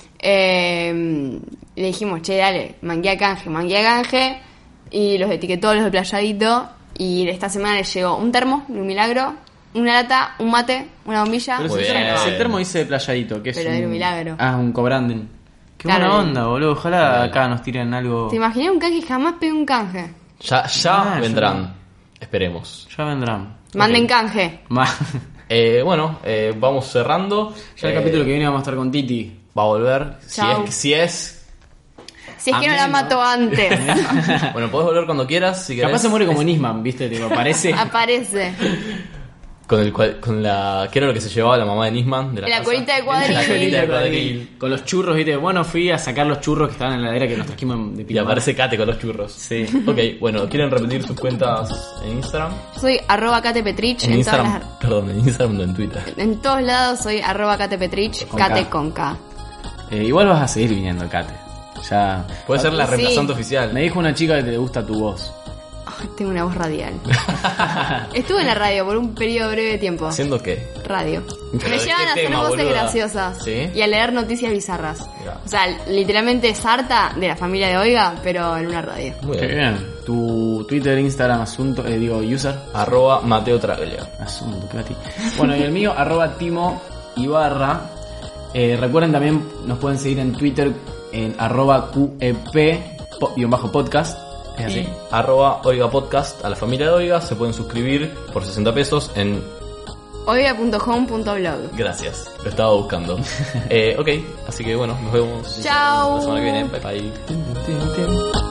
eh, le dijimos, che, dale, manguea canje, manguea canje, y los etiquetó los de Playadito, y esta semana les llegó un termo, de un milagro, una lata, un mate, una bombilla, Pero Muy si el termo- bien. si el termo dice playadito, que es Pero un... era un milagro. Ah, un cobranden. Qué Claro. buena onda, boludo. Ojalá acá nos tiren algo. ¿Te imaginas un canje? Jamás pegué un canje. Ya, ya Ah, vendrán. ya. Esperemos. Ya vendrán. Manden canje. Ma- Eh, bueno, eh, vamos cerrando. Ya el Eh, capítulo que viene vamos a estar con Titi. va a volver. Si Chau. es, si es. Si es que no la Amén, mato antes. Bueno, podés volver cuando quieras. Si querés. Capaz se muere como Nisman, ¿viste? Tipo, aparece. Aparece. Con, el, cual- con la. ¿Qué era lo que se llevaba la mamá de Nisman? De la, La casa? colita de cuadril. La colita de cuadril. Con los churros, ¿viste? Bueno, fui a sacar los churros que estaban en la heladera que nos trajimos de Y Pinamar. aparece Kate con los churros. Sí. Ok, bueno, ¿quieren repetir sus cuentas en Instagram? Soy arroba catepetrich En en, Instagram, todas las- perdón, en Instagram no en Twitter. en todos lados soy arroba catepetrich, Con cate K. con K. Eh, igual vas a seguir viniendo, Kate. Ya. Puede ser la Sí. reemplazante oficial. Me dijo una chica que te gusta tu voz. Ay, tengo una voz radial. Estuve en la radio por un periodo breve de tiempo. ¿Haciendo qué? Radio. ¿Pero Me de llevan qué a hacer tema, voces boluda? graciosas. ¿Sí? Y a leer noticias bizarras. Mirá. O sea, literalmente sarta de la familia de Oiga, pero en una radio. Muy Qué bien. bien. Tu Twitter, Instagram, asunto, eh, digo, user. Arroba Mateo Traglia. Asunto, qué bati. Bueno, y el mío, arroba Timo Ibarra. Eh, recuerden también, nos pueden seguir en Twitter en arroba Q E P po- guión bajo podcast. Es así. Y arroba Oiga Podcast a la familia de Oiga. Se pueden suscribir por sesenta pesos en... Oiga punto home punto blog. Gracias, lo estaba buscando. eh, ok, así que bueno, nos vemos Chao. la semana que viene. Bye bye.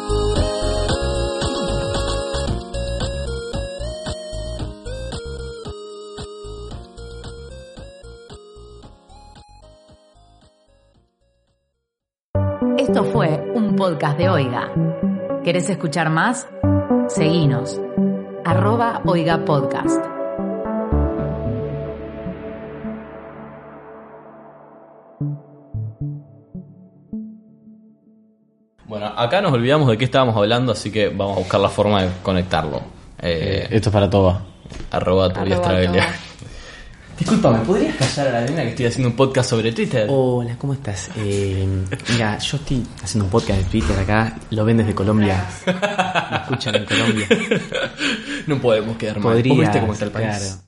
Esto fue un podcast de Oiga. ¿Querés escuchar más? Seguinos. Arroba Oiga Podcast. Bueno, acá nos olvidamos de qué estábamos hablando, así que vamos a buscar la forma de conectarlo. Eh, Esto es para Toba. Arroba Tobias Arroba Travelia. Toba. Disculpa, ¿me podrías callar a la nena que estoy haciendo un podcast sobre Twitter? Hola, ¿cómo estás? Eh, mira, yo estoy haciendo un podcast de Twitter acá, lo ven desde Colombia, me escuchan en Colombia. No podemos quedar mal. Podría, ¿Vos viste cómo está el país? claro.